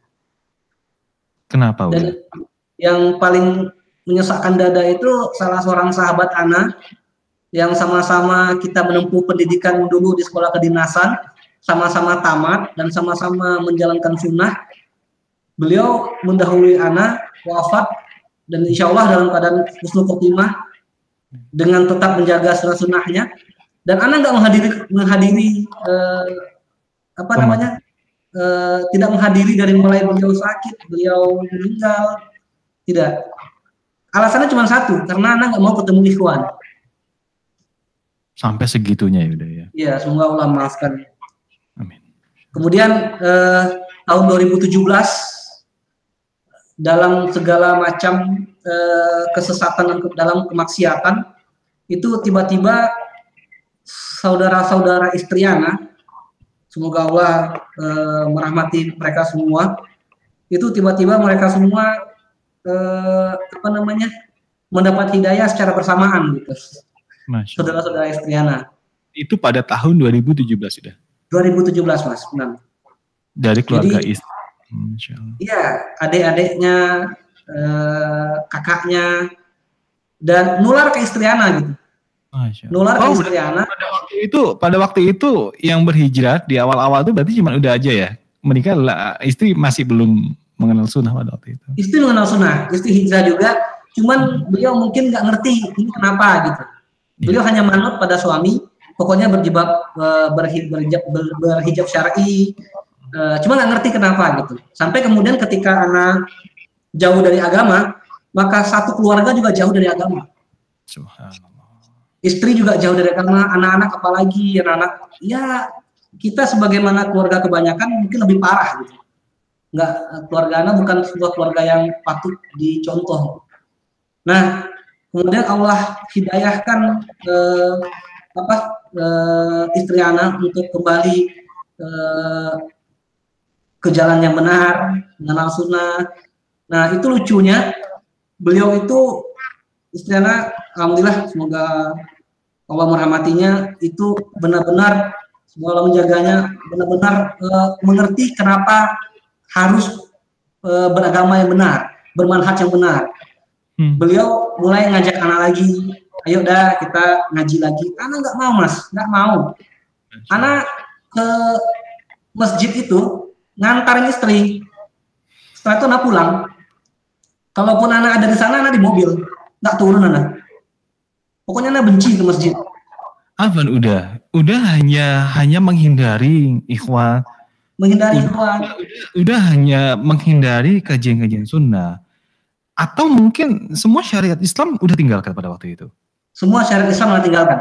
Kenapa? Dan yang paling menyesakkan dada itu salah seorang sahabat anak yang sama-sama kita menempuh pendidikan dulu di sekolah kedinasan, sama-sama tamat dan sama-sama menjalankan sunnah. Beliau mendahului anak wafat dan insya Allah dalam keadaan husnul khotimah dengan tetap menjaga sunnah-sunnahnya, dan anak nggak menghadiri menghadiri eh, apa Teman. namanya eh, tidak menghadiri dari mulai beliau sakit, beliau meninggal, tidak. Alasannya cuma satu, karena anak nggak mau ketemu ikhwan. Sampai segitunya ya udah ya. Iya, semoga Allah maafkan. Amin. Kemudian eh, tahun dua ribu tujuh belas dalam segala macam eh, kesesatan dan ke- dalam kemaksiatan itu tiba-tiba saudara-saudara Istriana, semoga Allah eh, merahmati mereka semua, itu tiba-tiba mereka semua eh, apa namanya mendapat hidayah secara bersamaan gitu. Masya Allah. Saudara-saudara Istriana Itu pada tahun dua ribu tujuh belas sudah. dua ribu tujuh belas Mas, benar. Dari keluarga Jadi- istri. Masya Allah. Iya, adik-adiknya, eh, kakaknya, dan nular ke Istriana gitu. Masya Allah. Nular ke Oh, Istriana. pada waktu itu, pada waktu itu yang berhijrah di awal-awal itu berarti cuma udah aja ya. Menikah lah, istri masih belum mengenal sunnah pada waktu itu. Istri mengenal sunnah, istri hijrah juga. Cuman beliau mungkin nggak ngerti ini kenapa gitu. Beliau hanya manut pada suami, pokoknya berjibab eh, berhi- berhijab, ber- berhijab syar'i. Eh, cuma nggak ngerti kenapa gitu. Sampai kemudian ketika anak jauh dari agama, maka satu keluarga juga jauh dari agama. Subhanallah. Istri juga jauh dari agama, anak-anak apalagi, anak-anak, ya kita sebagaimana keluarga kebanyakan mungkin lebih parah gitu. Nggak, keluarga anak bukan sebuah keluarga yang patut dicontoh. Nah, kemudian Allah hidayahkan eh, apa eh, istri anak untuk kembali eh, ke jalan yang benar, mengenal sunnah. Nah, itu lucunya, beliau itu istri anak, alhamdulillah, semoga Allah merahmatinya, itu benar-benar semoga Allah menjaganya, benar-benar eh, mengerti kenapa harus eh, beragama yang benar, bermanhaj yang benar. Hmm. Beliau mulai ngajak anak lagi, ayo dah kita ngaji lagi. Anak nggak mau mas, nggak mau. Anak ke masjid itu ngantarin istri. Setelah itu anak pulang. Kalaupun anak ada di sana, anak di mobil, nggak turun anak. Pokoknya anak benci ke masjid. Afan udah, udah hanya hanya menghindari ikhwan, Menghindari Udah. ikhwan. udah hanya menghindari kajian-kajian sunnah. Atau mungkin semua syariat Islam udah tinggalkan pada waktu itu. Semua syariat Islam anak tinggalkan.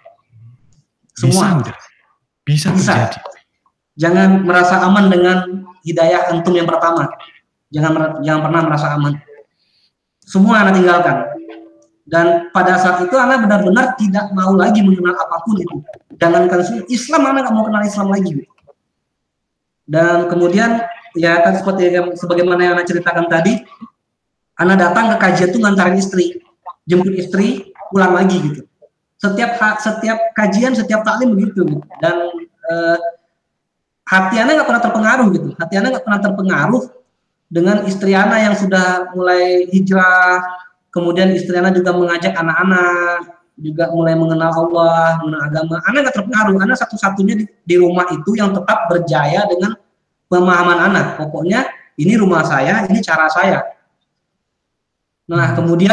Bisa Semua. udah. Bisa, Bisa. terjadi. Jangan merasa aman dengan hidayah antum yang pertama. Jangan mer- jangan pernah merasa aman. Semua anak tinggalkan. Dan pada saat itu anak benar-benar tidak mau lagi mengenal apapun itu. Jangankan su- Islam, anak nggak mau kenal Islam lagi. Dan kemudian ya kan seperti yang sebagaimana yang anak ceritakan tadi, anak datang ke kajian tuh ngantarin istri, jemput istri, pulang lagi gitu. Setiap ha- setiap kajian, setiap taklim begitu. Dan eh, hati anak nggak pernah terpengaruh gitu. Hati anak nggak pernah terpengaruh dengan istri anak yang sudah mulai hijrah. Kemudian istri anak juga mengajak anak-anak, juga mulai mengenal Allah, mengenal agama. Anak nggak terpengaruh. Anak satu-satunya di, di rumah itu yang tetap berjaya dengan pemahaman anak. Pokoknya ini rumah saya, ini cara saya. Nah kemudian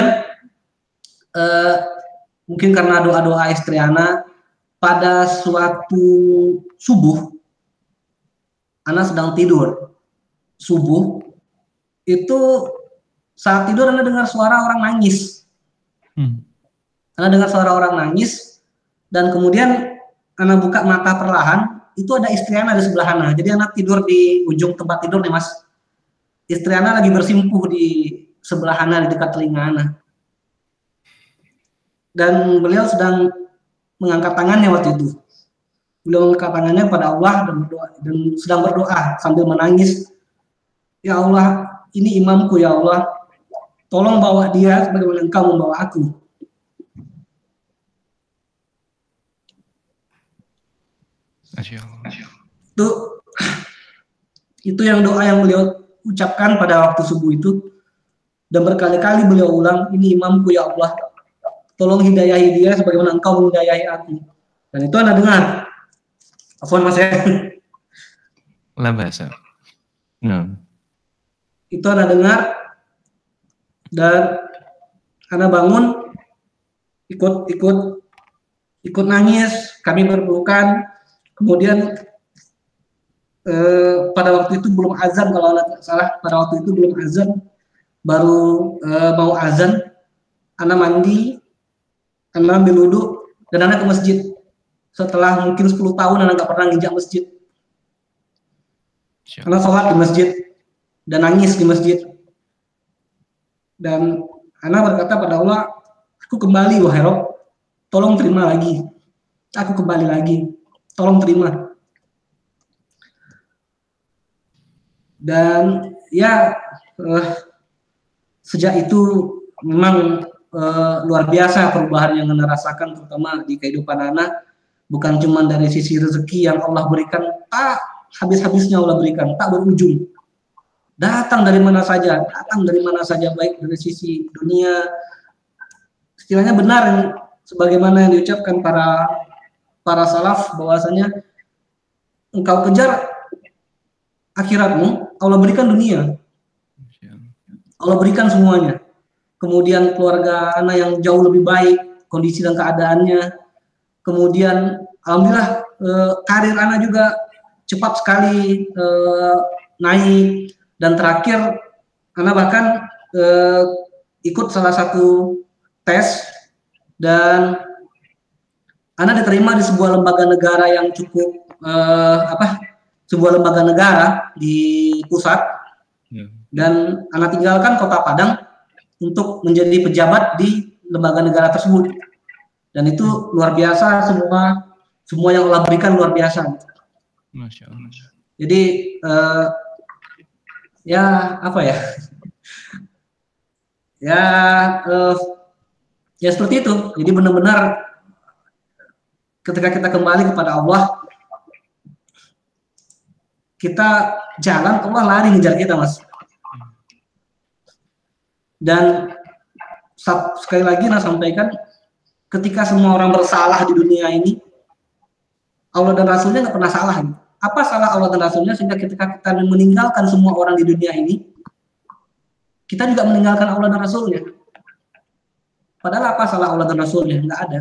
eh, mungkin karena doa-doa istri anak, pada suatu subuh, anak sedang tidur. Subuh itu saat tidur anak dengar suara orang nangis. Hmm. Anak dengar suara orang nangis dan kemudian anak buka mata perlahan, itu ada istri anak di sebelah anak. Jadi anak tidur di ujung tempat tidur nih mas. Istri anak lagi bersimpuh di sebelah anak, di dekat telinga anak. dan beliau sedang mengangkat tangannya waktu itu. Beliau mengangkat tangannya pada Allah dan berdoa, dan sedang berdoa sambil menangis. Ya Allah, ini imamku ya Allah, tolong bawa dia sebagaimana Engkau membawa aku. Itu, itu yang doa yang beliau ucapkan pada waktu subuh itu, dan berkali-kali beliau ulang, ini imamku ya Allah, tolong hidayahi dia sebagaimana Engkau menghidayahi aku. Dan itu Anda dengar. Afwan Mas ya. Lah bahasa. No. Itu Anda dengar, dan Anda bangun, ikut ikut ikut nangis, kami berpelukan. Kemudian eh, pada waktu itu belum azan, kalau Anda tidak salah, pada waktu itu belum azan, baru eh, mau azan, Anda mandi, Anda ambil wudhu, dan Anda ke masjid. Setelah mungkin sepuluh tahun Anda nggak pernah nginjak masjid. Anda sholat di masjid dan nangis di masjid. Dan Anda berkata pada Allah, aku kembali wahai Rob, tolong terima lagi. Aku kembali lagi, tolong terima. Dan ya eh, sejak itu memang eh, luar biasa perubahan yang Anda rasakan, terutama di kehidupan Anda. Bukan cuma dari sisi rezeki yang Allah berikan, tak habis-habisnya Allah berikan, tak berujung. Datang dari mana saja, datang dari mana saja, baik dari sisi dunia. Istilahnya benar yang sebagaimana yang diucapkan para para salaf, bahwasanya engkau kejar akhiratmu, Allah berikan dunia. Allah berikan semuanya. Kemudian keluarga anak yang jauh lebih baik, kondisi dan keadaannya. Kemudian alhamdulillah eh, karir anak juga cepat sekali eh, naik, dan terakhir anak bahkan eh, ikut salah satu tes, dan anak diterima di sebuah lembaga negara yang cukup eh, apa sebuah lembaga negara di pusat, dan anak tinggalkan kota Padang untuk menjadi pejabat di lembaga negara tersebut. Dan itu luar biasa, semua semua yang Allah berikan luar biasa. Masya Allah. Jadi uh, ya apa ya, ya uh, ya seperti itu. Jadi benar-benar ketika kita kembali kepada Allah, kita jalan, Allah lari ngejar kita, Mas. Dan sekali lagi saya sampaikan, ketika semua orang bersalah di dunia ini, Allah dan Rasulnya nggak pernah salah. Apa salah Allah dan Rasulnya sehingga ketika kita meninggalkan semua orang di dunia ini, kita juga meninggalkan Allah dan Rasulnya? Padahal apa salah Allah dan Rasulnya? Nggak ada.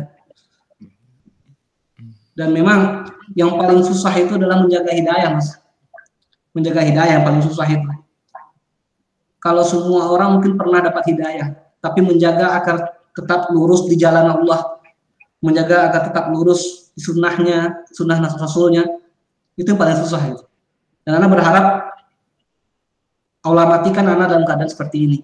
Dan memang yang paling susah itu adalah menjaga hidayah, Mas. Menjaga hidayah yang paling susah itu. Kalau semua orang mungkin pernah dapat hidayah, tapi menjaga agar tetap lurus di jalan Allah, menjaga agar tetap lurus di sunnahnya, sunnah Rasulnya, itu yang paling susah itu. Dan anak berharap Allah matikan anak dalam keadaan seperti ini.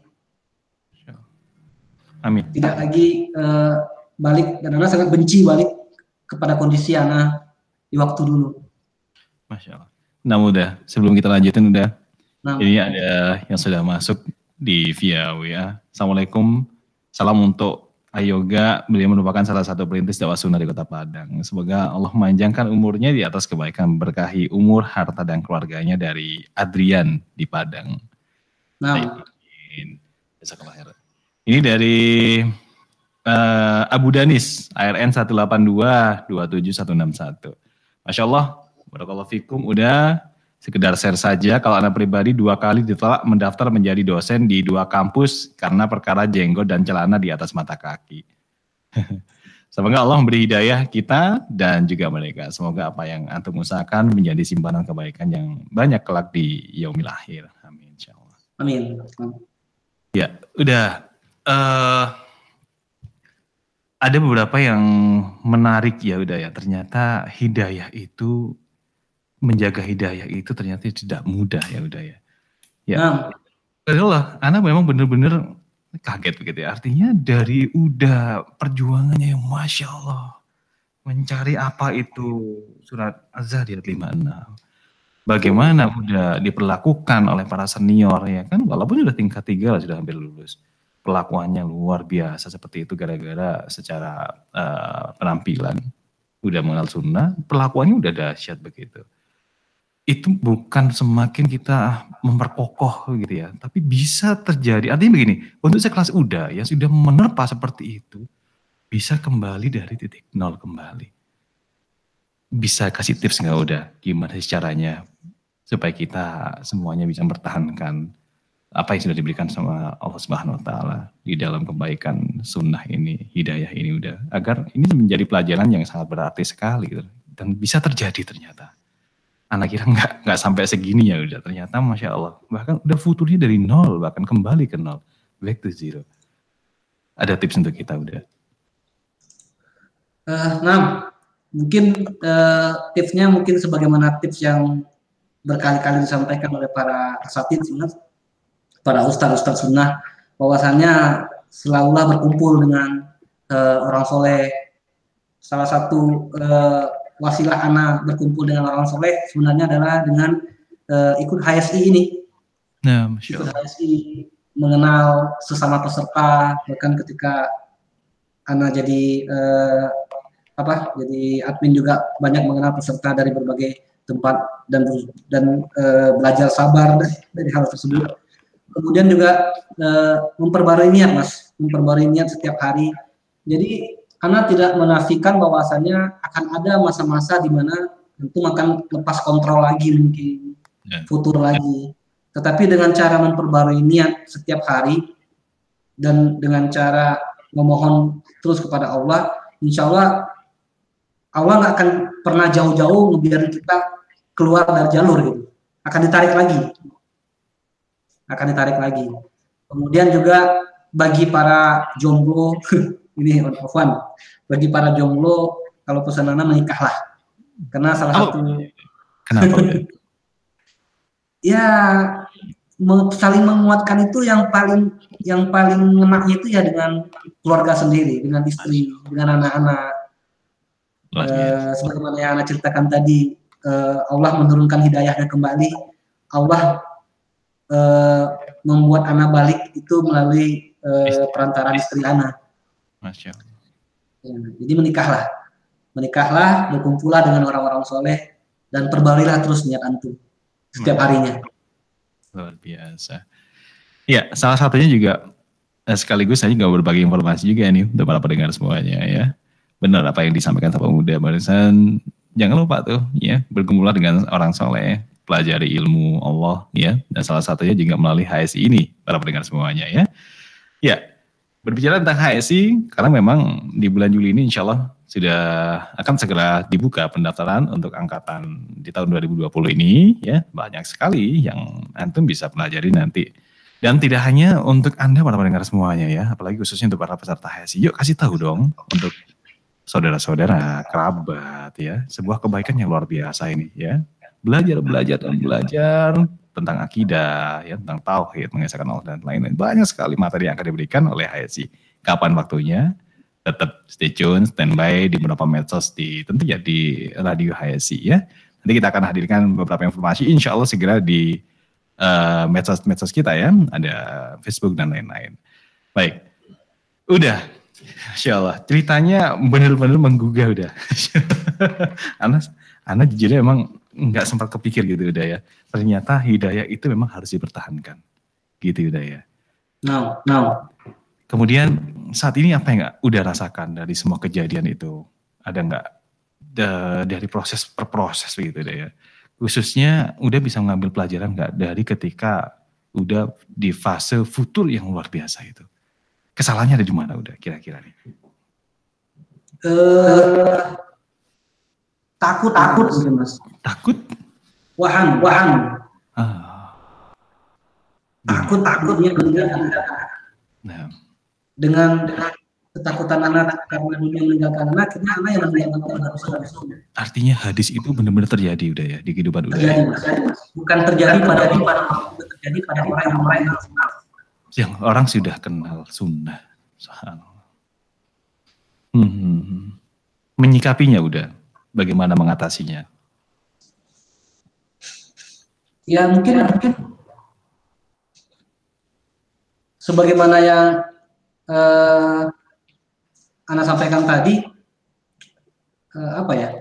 Amin. Tidak lagi uh, balik, dan anak sangat benci balik kepada kondisi anak di waktu dulu. Masya Allah. Nah udah, sebelum kita lanjutin udah, nah. Ini ada yang sudah masuk di via W A. Assalamualaikum. Salam untuk Ayoga, beliau merupakan salah satu perintis dakwah sunnah di Kota Padang. Semoga Allah memanjangkan umurnya di atas kebaikan, berkahi umur, harta, dan keluarganya, dari Adrian di Padang. Nah. Ini dari uh, Abu Danis, A R N satu delapan dua dua tujuh satu enam satu. Masya Allah, barakallahu fikum, udah sekedar share saja. Kalau anak pribadi dua kali ditolak mendaftar menjadi dosen di dua kampus karena perkara jenggot dan celana di atas mata kaki. Semoga Allah memberi hidayah kita dan juga mereka. Semoga apa yang antum usahakan menjadi simpanan kebaikan yang banyak kelak di yaumil akhir. Amin, insyaallah. Amin. Ya, udah. Uh, ada beberapa yang menarik ya, udah ya. Ternyata hidayah itu, menjaga hidayah itu ternyata tidak mudah ya, udah ya. Ya. Nah. Allah, anak memang benar-benar Kaget begitu ya. Artinya dari udah perjuangannya yang Masya Allah. Mencari apa itu surat Az-Zariyat lima puluh enam. Bagaimana udah diperlakukan oleh para senior ya kan. Walaupun udah tingkat tiga lah sudah hampir lulus. Pelakuannya luar biasa seperti itu gara-gara secara uh, penampilan. Udah mengenal sunnah, perlakuannya udah dahsyat begitu. Itu bukan semakin kita memperkokoh gitu ya, tapi bisa terjadi. Artinya begini, untuk sekelas Uda yang sudah menerpa seperti itu, bisa kembali dari titik nol kembali. Bisa kasih tips nggak Uda, gimana sih caranya supaya kita semuanya bisa mempertahankan apa yang sudah diberikan sama Allah Subhanahu Wa Taala di dalam kebaikan sunnah ini, hidayah ini Uda, agar ini menjadi pelajaran yang sangat berarti sekali gitu. Dan bisa terjadi ternyata. Anak kira nggak nggak sampai segini ya udah, ternyata Masya Allah bahkan udah futurnya dari nol, bahkan kembali ke nol, back to zero. Ada tips untuk kita udah? Uh, nah, mungkin uh, tipsnya mungkin sebagaimana tips yang berkali-kali disampaikan oleh para asatid sunnah, para ustaz-ustaz sunnah, bahwasannya selalulah berkumpul dengan uh, orang soleh. Salah satu uh, wasilah anak berkumpul dengan orang soleh sebenarnya adalah dengan uh, ikut H S I ini. Nah, ikut H S I, mengenal sesama peserta, bahkan ketika anak jadi uh, apa? Jadi admin juga banyak mengenal peserta dari berbagai tempat dan dan uh, belajar sabar dari, dari hal tersebut. Kemudian juga uh, memperbarui niat, Mas, memperbarui niat setiap hari. Jadi karena tidak menafikan bahwasannya akan ada masa-masa di mana tentu akan lepas kontrol lagi mungkin, yeah. futur lagi. Tetapi dengan cara memperbarui niat setiap hari dan dengan cara memohon terus kepada Allah, insya Allah Allah nggak akan pernah jauh-jauh ngebiarin kita keluar dari jalur gitu. Akan ditarik lagi, akan ditarik lagi. Kemudian juga bagi para jomblo ini Ofwan, bagi para jomblo kalau pesan anak menikahlah, karena salah oh, satu kenapa? Ya saling menguatkan itu yang paling yang paling ngenaknya itu ya dengan keluarga sendiri, dengan istri, dengan anak-anak. Uh, sebagaimana yang anak ceritakan tadi, uh, Allah menurunkan hidayahnya kembali, Allah uh, membuat anak balik itu melalui uh, perantara istri anak. Masya Allah. Ya, jadi menikahlah, menikahlah, berkumpullah dengan orang-orang soleh dan perbarilah terus niat antum setiap harinya. Luar biasa. Ya, salah satunya juga eh, sekaligus saya juga berbagi informasi juga nih untuk para pendengar semuanya ya. Benar apa yang disampaikan Bapak Muda barusan. Jangan lupa tuh ya, berkumpullah dengan orang soleh, pelajari ilmu Allah ya, dan salah satunya juga melalui H S I ini para pendengar semuanya ya. Ya. Berbicara tentang H S I, karena memang di bulan Juli ini insya Allah sudah akan segera dibuka pendaftaran untuk angkatan di tahun dua ribu dua puluh ini, ya banyak sekali yang antum bisa pelajari nanti. Dan tidak hanya untuk Anda para pendengar semuanya ya, apalagi khususnya untuk para peserta H S I. Yuk kasih tahu dong untuk saudara-saudara, kerabat ya, sebuah kebaikan yang luar biasa ini ya. Belajar, belajar, dan belajar tentang akidah, ya, tentang tauhid, mengesahkan Allah dan lain-lain. Banyak sekali materi yang akan diberikan oleh H S I. Kapan waktunya? Tetap stay tune, standby di beberapa medsos di tentu ya di radio H S I ya. Nanti kita akan hadirkan beberapa informasi, insya Allah segera di uh, medsos-medsos kita ya, ada Facebook dan lain-lain. Baik, udah, insya Allah ceritanya benar-benar menggugah udah. Anas, Anas jujurnya emang nggak sempat kepikir gitu udah ya. Ternyata hidayah itu memang harus dipertahankan. Gitu udah ya. No, no. Kemudian saat ini apa yang nggak udah rasakan dari semua kejadian itu? Ada nggak da- dari proses per proses gitu udah ya? Khususnya udah bisa mengambil pelajaran nggak dari ketika udah di fase futur yang luar biasa itu? Kesalahannya ada di mana udah kira-kira nih? Uh, takut, takut mungkin Mas. Takut? Wahan, wahan. Ah. Takut, takutnya dunia nah. dengan dengan ketakutan anak karena dunia meninggalkan anak, akhirnya anak yang meninggalkan harus harus. Artinya hadis itu benar-benar terjadi udah ya di kehidupan udah. Terjadi, Mas. Bukan terjadi pada orang, terjadi pada orang yang lain. yang orang sudah kenal sunnah. Hmm. Menyikapinya udah, bagaimana mengatasinya? Ya mungkin mungkin sebagaimana yang eh, Ana sampaikan tadi, eh, apa ya?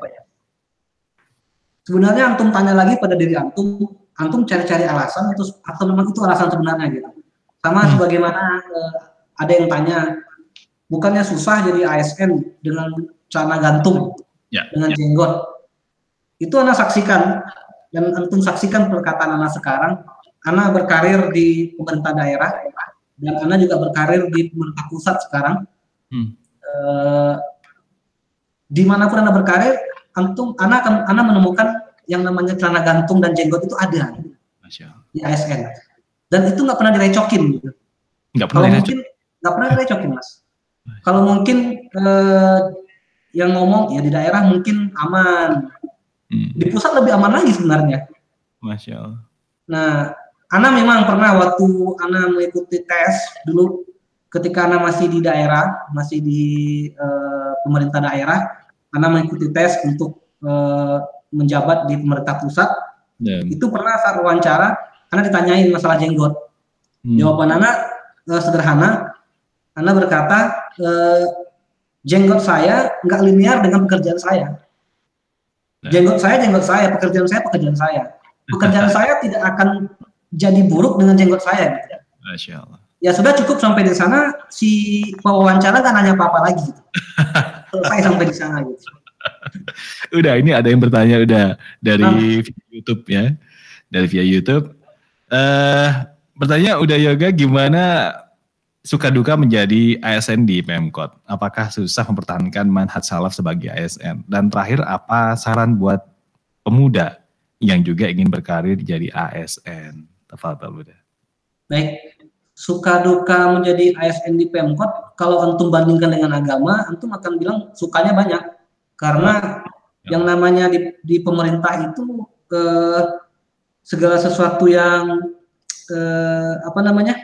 Sebenarnya antum tanya lagi pada diri antum, antum cari-cari alasan itu atau memang itu alasan sebenarnya gitu. Sama hmm. sebagaimana eh, ada yang tanya, bukannya susah jadi A S N dengan celana gantung, ya, dengan ya. jenggot. Itu Ana saksikan dan antum saksikan perkataan Ana sekarang. Ana berkarir di pemerintah daerah dan Ana juga berkarir di pemerintah pusat sekarang. Hmm. Eh, dimanapun Ana berkarir, antum Ana akan Ana menemukan yang namanya celana gantung dan jenggot itu ada di A S N. Dan itu nggak pernah direcokin gitu. Nggak pernah Kalau mungkin nggak pernah direcokin, Mas. Kalau mungkin eh, yang ngomong ya di daerah mungkin aman, hmm. di pusat lebih aman lagi sebenarnya. Masya Allah. Nah, Ana memang pernah waktu Ana mengikuti tes dulu ketika Ana masih di daerah, masih di eh, pemerintah daerah, Ana mengikuti tes untuk eh, menjabat di pemerintah pusat. Yeah. Itu pernah saat wawancara, Ana ditanyain masalah jenggot. Hmm. Jawaban Ana eh, sederhana. Ana berkata, eh, jenggot saya nggak linear dengan pekerjaan saya. Jenggot saya, jenggot saya, pekerjaan saya, pekerjaan saya. Pekerjaan saya tidak akan jadi buruk dengan jenggot saya. Gitu. Masya Allah. Ya sudah cukup sampai di sana, si pewawancara kan nanya apa-apa lagi. Gitu. Selesai sampai di sana. Gitu. Udah, ini ada yang bertanya udah dari nah. YouTube ya, dari via YouTube. Uh, bertanya udah Yoga, gimana suka duka menjadi A S N di Pemkot? Apakah susah mempertahankan manhaj salaf sebagai A S N? Dan terakhir, apa saran buat pemuda yang juga ingin berkarir jadi A S N? Tafadhal udah. Baik, suka duka menjadi A S N di Pemkot, kalau antum bandingkan dengan agama, antum akan bilang sukanya banyak. Karena ya. yang namanya di, di pemerintah itu eh, segala sesuatu yang eh, apa namanya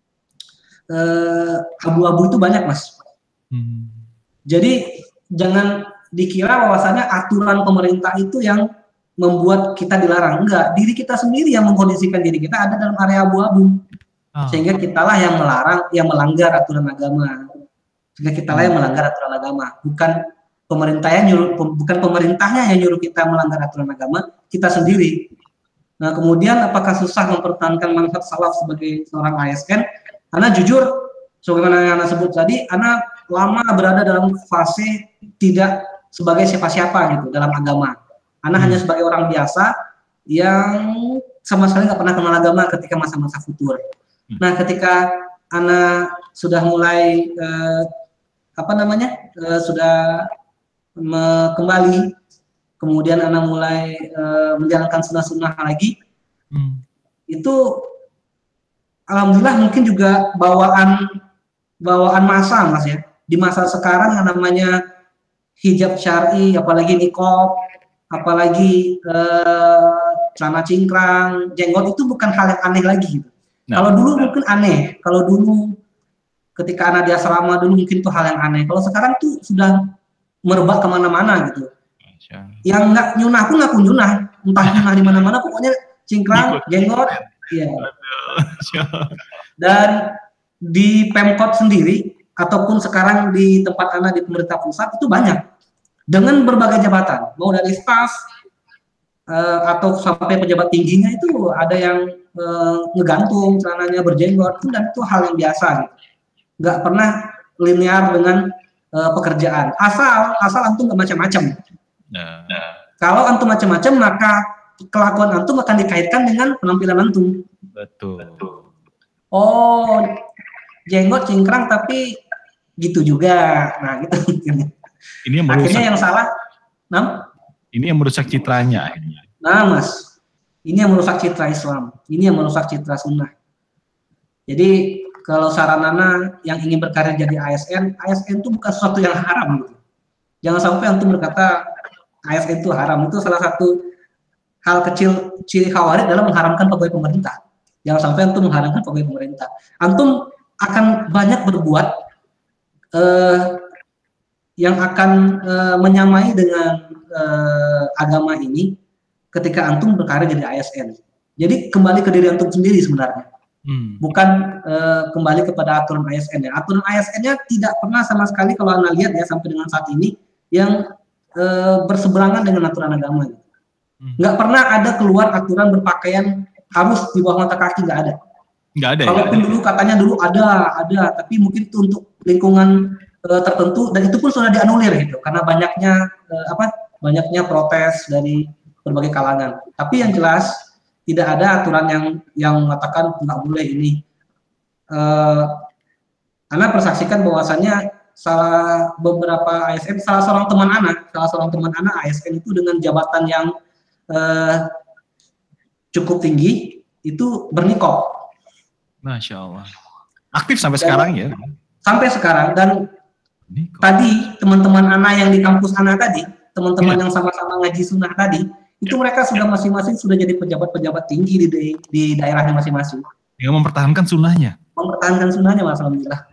eh, abu-abu itu banyak, Mas. Hmm. Jadi jangan dikira bahwasanya aturan pemerintah itu yang membuat kita dilarang. Enggak, diri kita sendiri yang mengkondisikan diri kita ada dalam area abu-abu. Oh. Sehingga kitalah yang melarang, yang melanggar aturan agama. Sehingga kitalah hmm. yang melanggar aturan agama, bukan pemerintahnya nyuruh, bukan pemerintahnya yang nyuruh kita melanggar aturan agama, kita sendiri. Nah, kemudian apakah susah mempertahankan manhaj salaf sebagai seorang A S N? Ana jujur, sebagaimana yang Ana sebut tadi, Ana lama berada dalam fase tidak sebagai siapa-siapa gitu dalam agama. Ana hmm. hanya sebagai orang biasa yang sama sekali nggak pernah kenal agama ketika masa-masa futur. Hmm. Nah, ketika Ana sudah mulai eh, apa namanya, eh, sudah kembali, kemudian Ana mulai uh, menjalankan sunnah-sunnah lagi, hmm. itu alhamdulillah mungkin juga bawaan bawaan masa, Mas ya. Di masa sekarang yang namanya hijab syar'i, apalagi niqab, apalagi uh, celana cingkrang, jenggot itu bukan hal yang aneh lagi. Nah, kalau dulu nah. mungkin aneh, kalau dulu ketika Ana di asrama dulu mungkin itu hal yang aneh. Kalau sekarang tuh sudah merebak kemana-mana gitu. Yang nggak nyunah pun ngaku nyunah, entah nyunah di mana-mana, pokoknya cingkrang, jenggot, ya. Dan di Pemkot sendiri ataupun sekarang di tempat Ana di pemerintah pusat itu banyak dengan berbagai jabatan, mau dari staf uh, atau sampai pejabat tingginya itu ada yang uh, ngegantung celananya berjenggot, dan itu hal yang biasa, gitu. Nggak pernah linear dengan Uh, pekerjaan. Asal asal antum nggak macam-macam. Nah. Kalau antum macam-macam, maka kelakuan antum akan dikaitkan dengan penampilan antum. Betul. Oh, jenggot cingkrang tapi gitu juga. Nah, gitu. Ini yang merusak. Akhirnya yang salah, nam? Ini yang merusak citranya. Nah, Mas, ini yang merusak citra Islam. Ini yang merusak citra sunnah. Jadi kalau saran Ana yang ingin berkarir jadi A S N, A S N itu bukan sesuatu yang haram. Gitu. Jangan sampai antum berkata A S N itu haram. Itu salah satu hal kecil ciri khawarij dalam mengharamkan pegawai pemerintah. Jangan sampai antum menghalangi pegawai pemerintah. Antum akan banyak berbuat eh, yang akan eh, menyamai dengan eh, agama ini ketika antum berkarir jadi A S N. Jadi kembali ke diri antum sendiri sebenarnya. Hmm. Bukan uh, kembali kepada aturan A S N ya. Aturan A S N-nya tidak pernah sama sekali kalau Anda lihat ya sampai dengan saat ini yang uh, berseberangan dengan aturan agama. Hmm. Nggak pernah ada keluar aturan berpakaian harus di bawah mata kaki, nggak ada. Nggak ada. Kalaupun ya, dulu katanya dulu ada, ada, tapi mungkin itu untuk lingkungan uh, tertentu dan itu pun sudah dianulir gitu karena banyaknya uh, apa? Banyaknya protes dari berbagai kalangan. Tapi yang jelas tidak ada aturan yang yang mengatakan nggak boleh ini. Uh, Anda persaksikan bahwasannya salah beberapa A S N, salah seorang teman anak, salah seorang teman anak A S N itu dengan jabatan yang uh, cukup tinggi itu bernikob. Masya Allah. Aktif sampai dan, sekarang ya? Sampai sekarang dan nikob. Tadi teman-teman anak yang di kampus anak tadi, teman-teman ya. Yang sama-sama ngaji sunnah tadi. Itu mereka sudah masing-masing sudah jadi pejabat-pejabat tinggi di, di daerahnya masing-masing. Yang mempertahankan sunnahnya. Mempertahankan sunnahnya, Mas, alhamdulillah.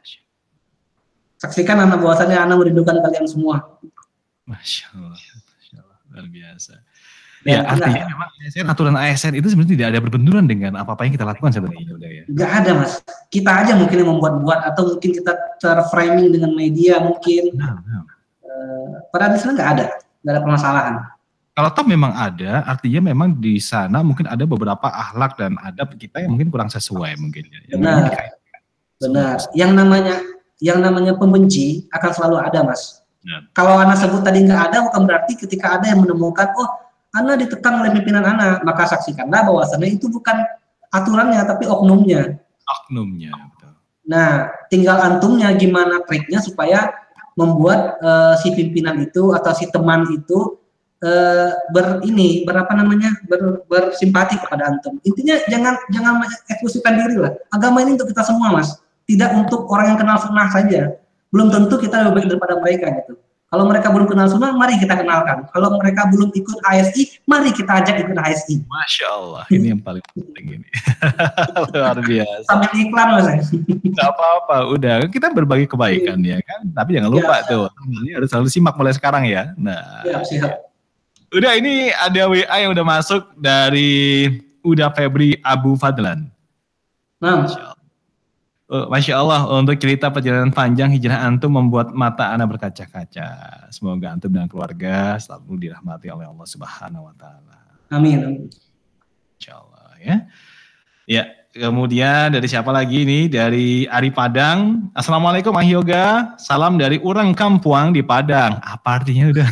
Saksikan anak bahwasannya anak merindukan kalian semua. Masya Allah, Masya Allah, luar biasa. Ya, ya artinya enggak. Memang A S N, aturan A S N itu sebenarnya tidak ada berbenturan dengan apa-apa yang kita lakukan sebenarnya. Udah ya. Nggak ada, Mas. Kita aja mungkin yang membuat-buat atau mungkin kita terframing dengan media mungkin. Nah, nah. Uh, pada dasarnya nggak ada, nggak ada permasalahan. Kalau toh memang ada, artinya memang di sana mungkin ada beberapa akhlak dan adab kita yang mungkin kurang sesuai mungkin. Benar, benar. Yang namanya yang namanya pembenci akan selalu ada, Mas. Ya. Kalau anak sebut tadi nggak ada, bukan berarti ketika ada yang menemukan, oh, anak ditekan oleh pimpinan anak, maka saksikanlah bahwasannya itu bukan aturannya, tapi oknumnya. Oknumnya, betul. Nah, tinggal antumnya gimana triknya supaya membuat uh, si pimpinan itu atau si teman itu Uh, ber ini berapa namanya ber, bersimpati kepada antum. Intinya jangan jangan eksklusifkan diri lah. Agama ini untuk kita semua, Mas. Tidak untuk orang yang kenal sunnah saja. Belum tentu kita lebih baik daripada mereka gitu. Kalau mereka belum kenal sunnah, mari kita kenalkan. Kalau mereka belum ikut A S I, mari kita ajak ikut A S I. Masya Allah, ini yang paling penting ini. Luar biasa. Sampai iklan, Mas. Gak apa-apa, udah kita berbagi kebaikan ya kan. Tapi jangan lupa ya, tuh, ini harus selalu simak mulai sekarang ya. Nah. Ya, siap. Udah, ini ada W A yang udah masuk dari Uda Febri Abu Fadlan. Nah. Masya Allah. Oh, Masya Allah, untuk cerita perjalanan panjang hijrah antum membuat mata anak berkaca-kaca. Semoga antum dan keluarga selalu dirahmati oleh Allah Subhanahu Wa Taala. Amin. Insya Allah ya. Ya, kemudian dari siapa lagi nih? Dari Ari Padang. Assalamualaikum Ah Yoga. Salam dari orang Kampuang di Padang. Apa artinya udah?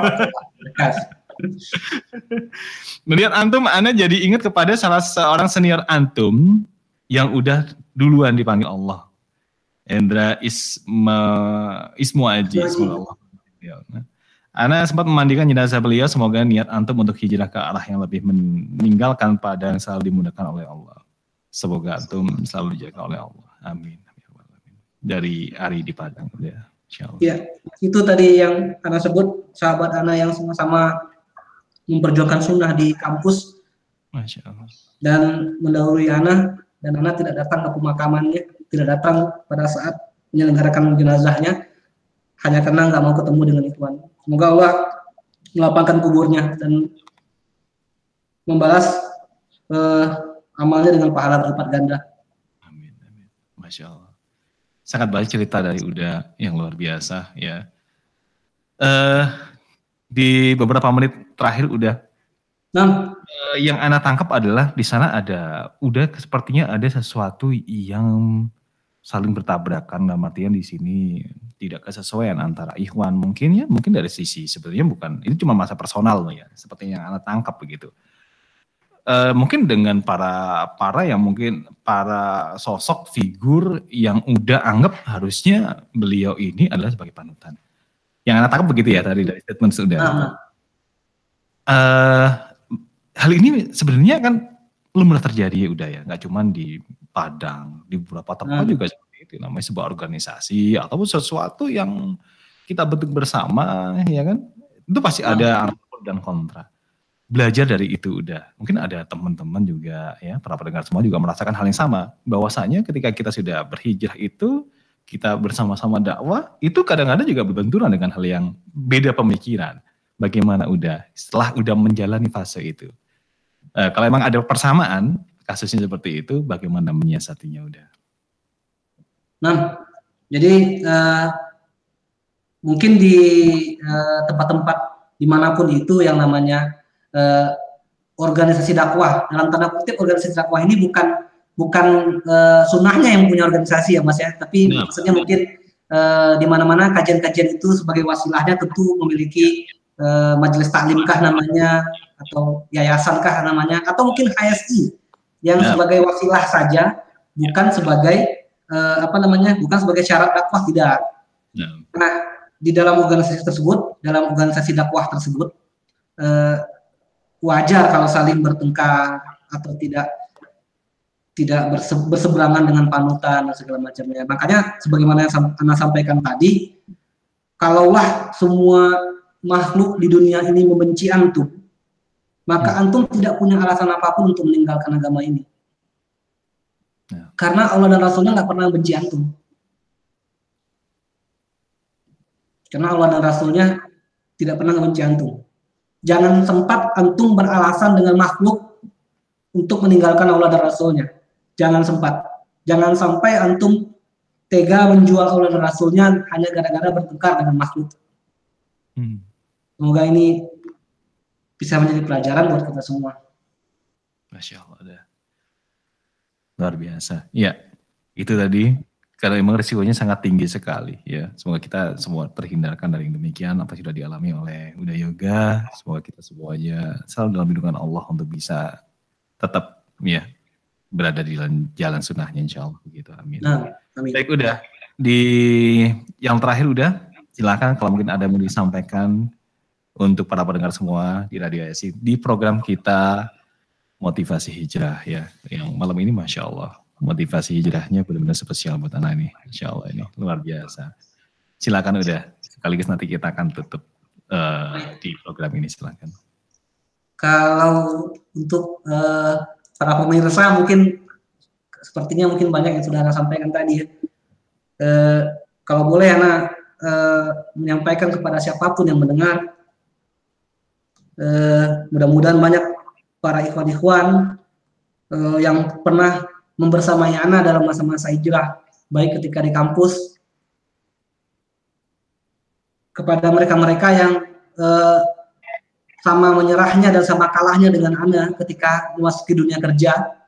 Melihat antum, Anda jadi ingat kepada salah seorang senior antum yang udah duluan dipanggil Allah. Endra Isma Ismu Aji. Allah. Anda sempat memandikan jenazah beliau. Semoga niat antum untuk hijrah ke arah yang lebih meninggalkan padang selalu dimudahkan oleh Allah. Semoga antum selalu dijaga oleh Allah. Amin. Dari Ari di Padang. Ya, ya, itu tadi yang Anda sebut, sahabat Anda yang sama-sama memperjuangkan sunnah di kampus. Masya Allah. Dan mendahului Ana, dan Ana tidak datang ke pemakamannya, tidak datang pada saat menyelenggarakan jenazahnya, hanya karena nggak mau ketemu dengan Ikhwan. Semoga Allah melapangkan kuburnya dan membalas uh, amalnya dengan pahala berlipat ganda. Amin, amin. Masya Allah. Sangat baik cerita dari Uda yang luar biasa ya. Uh, di beberapa menit terakhir udah. Nah, uh, yang Ana tangkap adalah di sana ada udah sepertinya ada sesuatu yang saling bertabrakan, dalam artian di sini tidak kesesuaian antara Ikhwan mungkin ya, mungkin dari sisi sebenarnya bukan, itu cuma masa personal loh ya, seperti yang Ana tangkap begitu. Uh, mungkin dengan para para yang mungkin para sosok figur yang udah anggap harusnya beliau ini adalah sebagai panutan. Yang Ana tangkap begitu ya tadi dari statement sudah. Uh-huh. Uh, hal ini sebenarnya kan lumrah terjadi ya udah ya, nggak cuma di Padang, di beberapa tempat uh-huh. juga seperti itu, namanya sebuah organisasi ataupun sesuatu yang kita bentuk bersama, ya kan, itu pasti uh-huh. ada pro dan kontra. belajar dari itu udah. Mungkin ada teman-teman juga ya, para pendengar semua juga merasakan hal yang sama. Bahwasanya ketika kita sudah berhijrah itu, kita bersama-sama dakwah, itu kadang-kadang juga berbenturan dengan hal yang beda pemikiran. Bagaimana udah, setelah udah menjalani fase itu. Uh, kalau emang ada persamaan, kasusnya seperti itu, bagaimana menyiasatinya udah. Nah, jadi uh, mungkin di uh, tempat-tempat dimanapun itu yang namanya uh, organisasi dakwah, dalam tanda kutip organisasi dakwah ini bukan bukan uh, sunnahnya yang punya organisasi ya Mas ya, tapi nah. maksudnya mungkin uh, di mana-mana kajian-kajian itu sebagai wasilahnya tentu memiliki uh, majelis taklimkah namanya, atau yayasankah namanya, atau mungkin H S I yang nah. sebagai wasilah saja, bukan sebagai uh, apa namanya, bukan sebagai syarat dakwah, tidak. Nah. Nah, di dalam organisasi tersebut, dalam organisasi dakwah tersebut, uh, wajar kalau saling bertengkar atau tidak tidak berse, berseberangan dengan panutan dan segala macamnya. Makanya sebagaimana yang Anda sampaikan tadi, kalaulah semua makhluk di dunia ini membenci antum, maka hmm. antum tidak punya alasan apapun untuk meninggalkan agama ini. Ya. Karena Allah dan Rasulnya nggak pernah benci antum. Karena Allah dan Rasulnya tidak pernah membenci antum. Jangan sempat antum beralasan dengan makhluk untuk meninggalkan Allah dan Rasulnya. Jangan sempat. Jangan sampai antum tega menjual Allah dan Rasulnya hanya gara-gara bertengkar dengan makhluk. Hmm. Semoga ini bisa menjadi pelajaran buat kita semua. Masya Allah. Luar biasa. Ya, itu tadi. Karena memang risikonya sangat tinggi sekali ya. Semoga kita semua terhindarkan dari yang demikian apa sudah dialami oleh Uda Yoga. Semoga kita semuanya selalu dalam lindungan Allah untuk bisa tetap ya berada di jalan, jalan sunnahnya insya Allah begitu. Amin. Nah, amin. Baik udah di yang terakhir udah silakan kalau mungkin ada yang mau disampaikan untuk para pendengar semua di Radio A S I di program kita Motivasi Hijrah ya. Yang malam ini Masya Allah. Motivasi hijrahnya benar-benar spesial buat anak ini, insya Allah ini luar biasa. Silakan udah, sekaligus nanti kita akan tutup uh, di program ini, silakan. Kalau untuk uh, para pemirsa mungkin sepertinya mungkin banyak yang sudah Ana sampaikan tadi ya. Uh, kalau boleh Ana uh, menyampaikan kepada siapapun yang mendengar, uh, mudah-mudahan banyak para ikhwan-ikhwan uh, yang pernah membersamai Ana dalam masa-masa hijrah, baik ketika di kampus, kepada mereka-mereka yang eh, sama menyerahnya dan sama kalahnya dengan Ana ketika memasuki dunia kerja,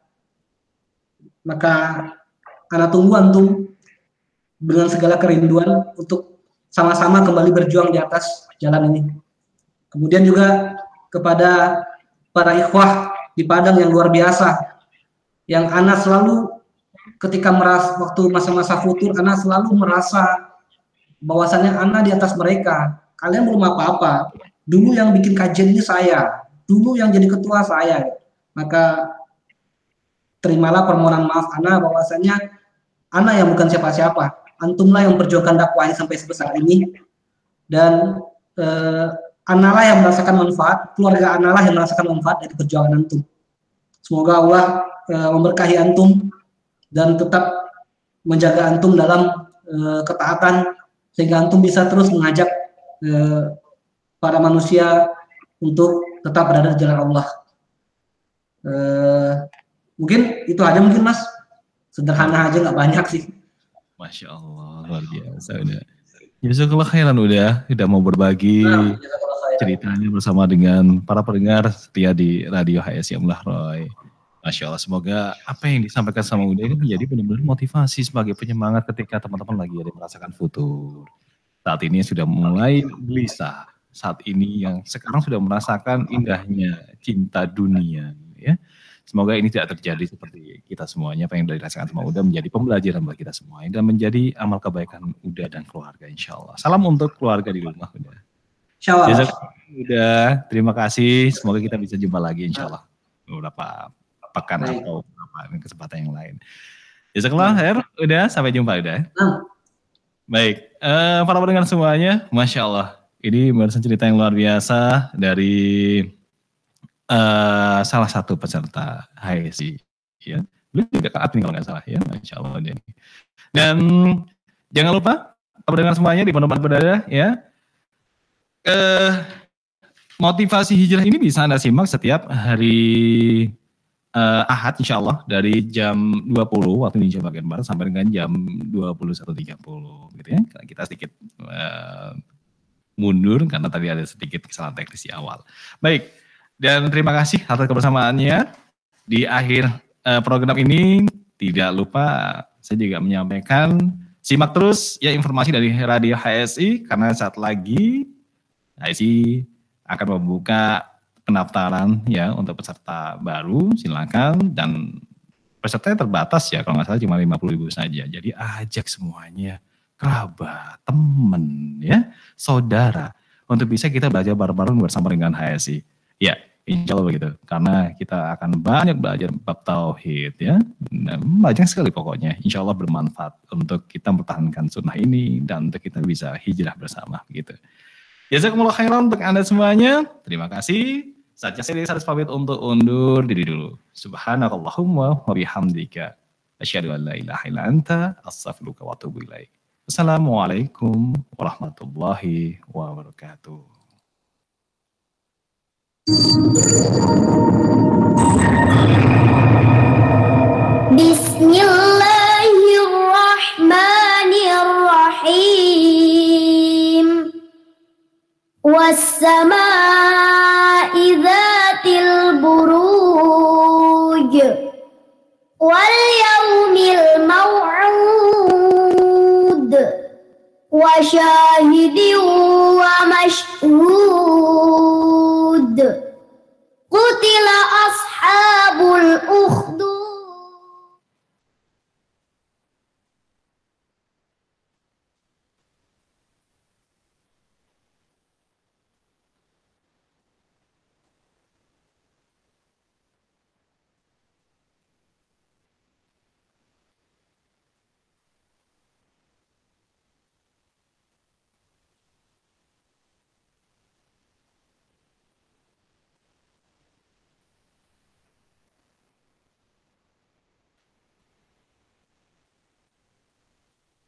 maka Ana tunggu antum dengan segala kerinduan untuk sama-sama kembali berjuang di atas jalan ini. Kemudian juga kepada para ikhwah di Padang yang luar biasa, yang Ana selalu ketika merasa waktu masa-masa futur, Ana selalu merasa bahwasannya Ana di atas mereka. Kalian belum apa-apa. Dulu yang bikin kajian ini saya, dulu yang jadi ketua saya. Maka terimalah permohonan maaf Ana bahwasanya Ana yang bukan siapa-siapa. Antumlah yang perjuangkan dakwah sampai sebesar ini. Dan eh, Ana lah yang merasakan manfaat, keluarga Ana lah yang merasakan manfaat dari perjuangan antum. Semoga Allah memberkahi antum dan tetap menjaga antum dalam e, ketaatan sehingga antum bisa terus mengajak e, para manusia untuk tetap berada di jalan Allah. E, mungkin itu aja mungkin Mas, sederhana aja nggak banyak sih. Masya Allah luar biasa udah. Jazakallah khairan udah udah mau berbagi nah, ceritanya bersama dengan para pendengar setia di Radio H S I Amlah Roy. Masya Allah, semoga apa yang disampaikan sama Uda ini menjadi benar-benar motivasi sebagai penyemangat ketika teman-teman lagi ada merasakan futur. Saat ini sudah mulai gelisah, saat ini yang sekarang sudah merasakan indahnya cinta dunia. Ya, semoga ini tidak terjadi seperti kita semuanya. Apa yang sudah dirasakan sama Uda menjadi pembelajaran bagi kita semua dan menjadi amal kebaikan Uda dan keluarga insya Allah. Salam untuk keluarga di rumah Uda. Insya Allah. Uda, terima kasih. Semoga kita bisa jumpa lagi insya Allah. Beberapa pekan Baik. Atau apa kesempatan yang lain. Jazakallah khair, udah sampai jumpa udah. Hmm. Baik, uh, para pendengar semuanya, Masya Allah, ini barusan cerita yang luar biasa dari uh, salah satu peserta H S I, ya. Beliau juga kan admin kalau nggak salah, ya, Masya Allah. Jadi. Dan jangan lupa, pendengar semuanya di Pondok Berada, ya, uh, motivasi hijrah ini bisa Anda simak setiap hari uh, Ahad, insya Allah, dari jam dua puluh waktu Indonesia bagian Barat sampai dengan jam dua puluh satu tiga puluh, gitu ya. Kita sedikit uh, mundur karena tadi ada sedikit kesalahan teknis di awal. Baik, dan terima kasih atas kebersamaannya di akhir uh, program ini. Tidak lupa saya juga menyampaikan simak terus ya informasi dari Radio H S I karena saat lagi H S I akan membuka pendaftaran ya untuk peserta baru. Silakan, dan pesertanya terbatas ya, kalau nggak salah cuma lima puluh ribu saja. Jadi ajak semuanya, kerabat, teman, ya, saudara, untuk bisa kita belajar bareng-bareng bersama dengan H S I. Ya, insya Allah begitu. Karena kita akan banyak belajar bab tauhid, ya. Nah, banyak sekali pokoknya. Insya Allah bermanfaat untuk kita mempertahankan sunnah ini dan untuk kita bisa hijrah bersama, begitu. Jazakumullah khairan untuk Anda semuanya. Terima kasih. Saatnya saya harus pamit untuk undur diri dulu. Subhanakallahumma wa bihamdika asyhadu an la ilaha illa anta astaghfiruka wa atubu ilaik. Assalamualaikum warahmatullahi wabarakatuh. Bismillahirrahmanirrahim. Was-samaa'i dzatil buruj wal yaumil maw'ud wa syahidin wa mashhud. Qutila ashabul ukhdud.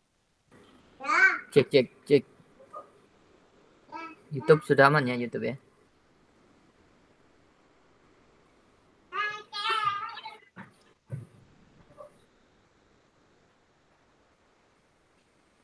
Cek cek cek. YouTube sudah aman ya YouTube ya?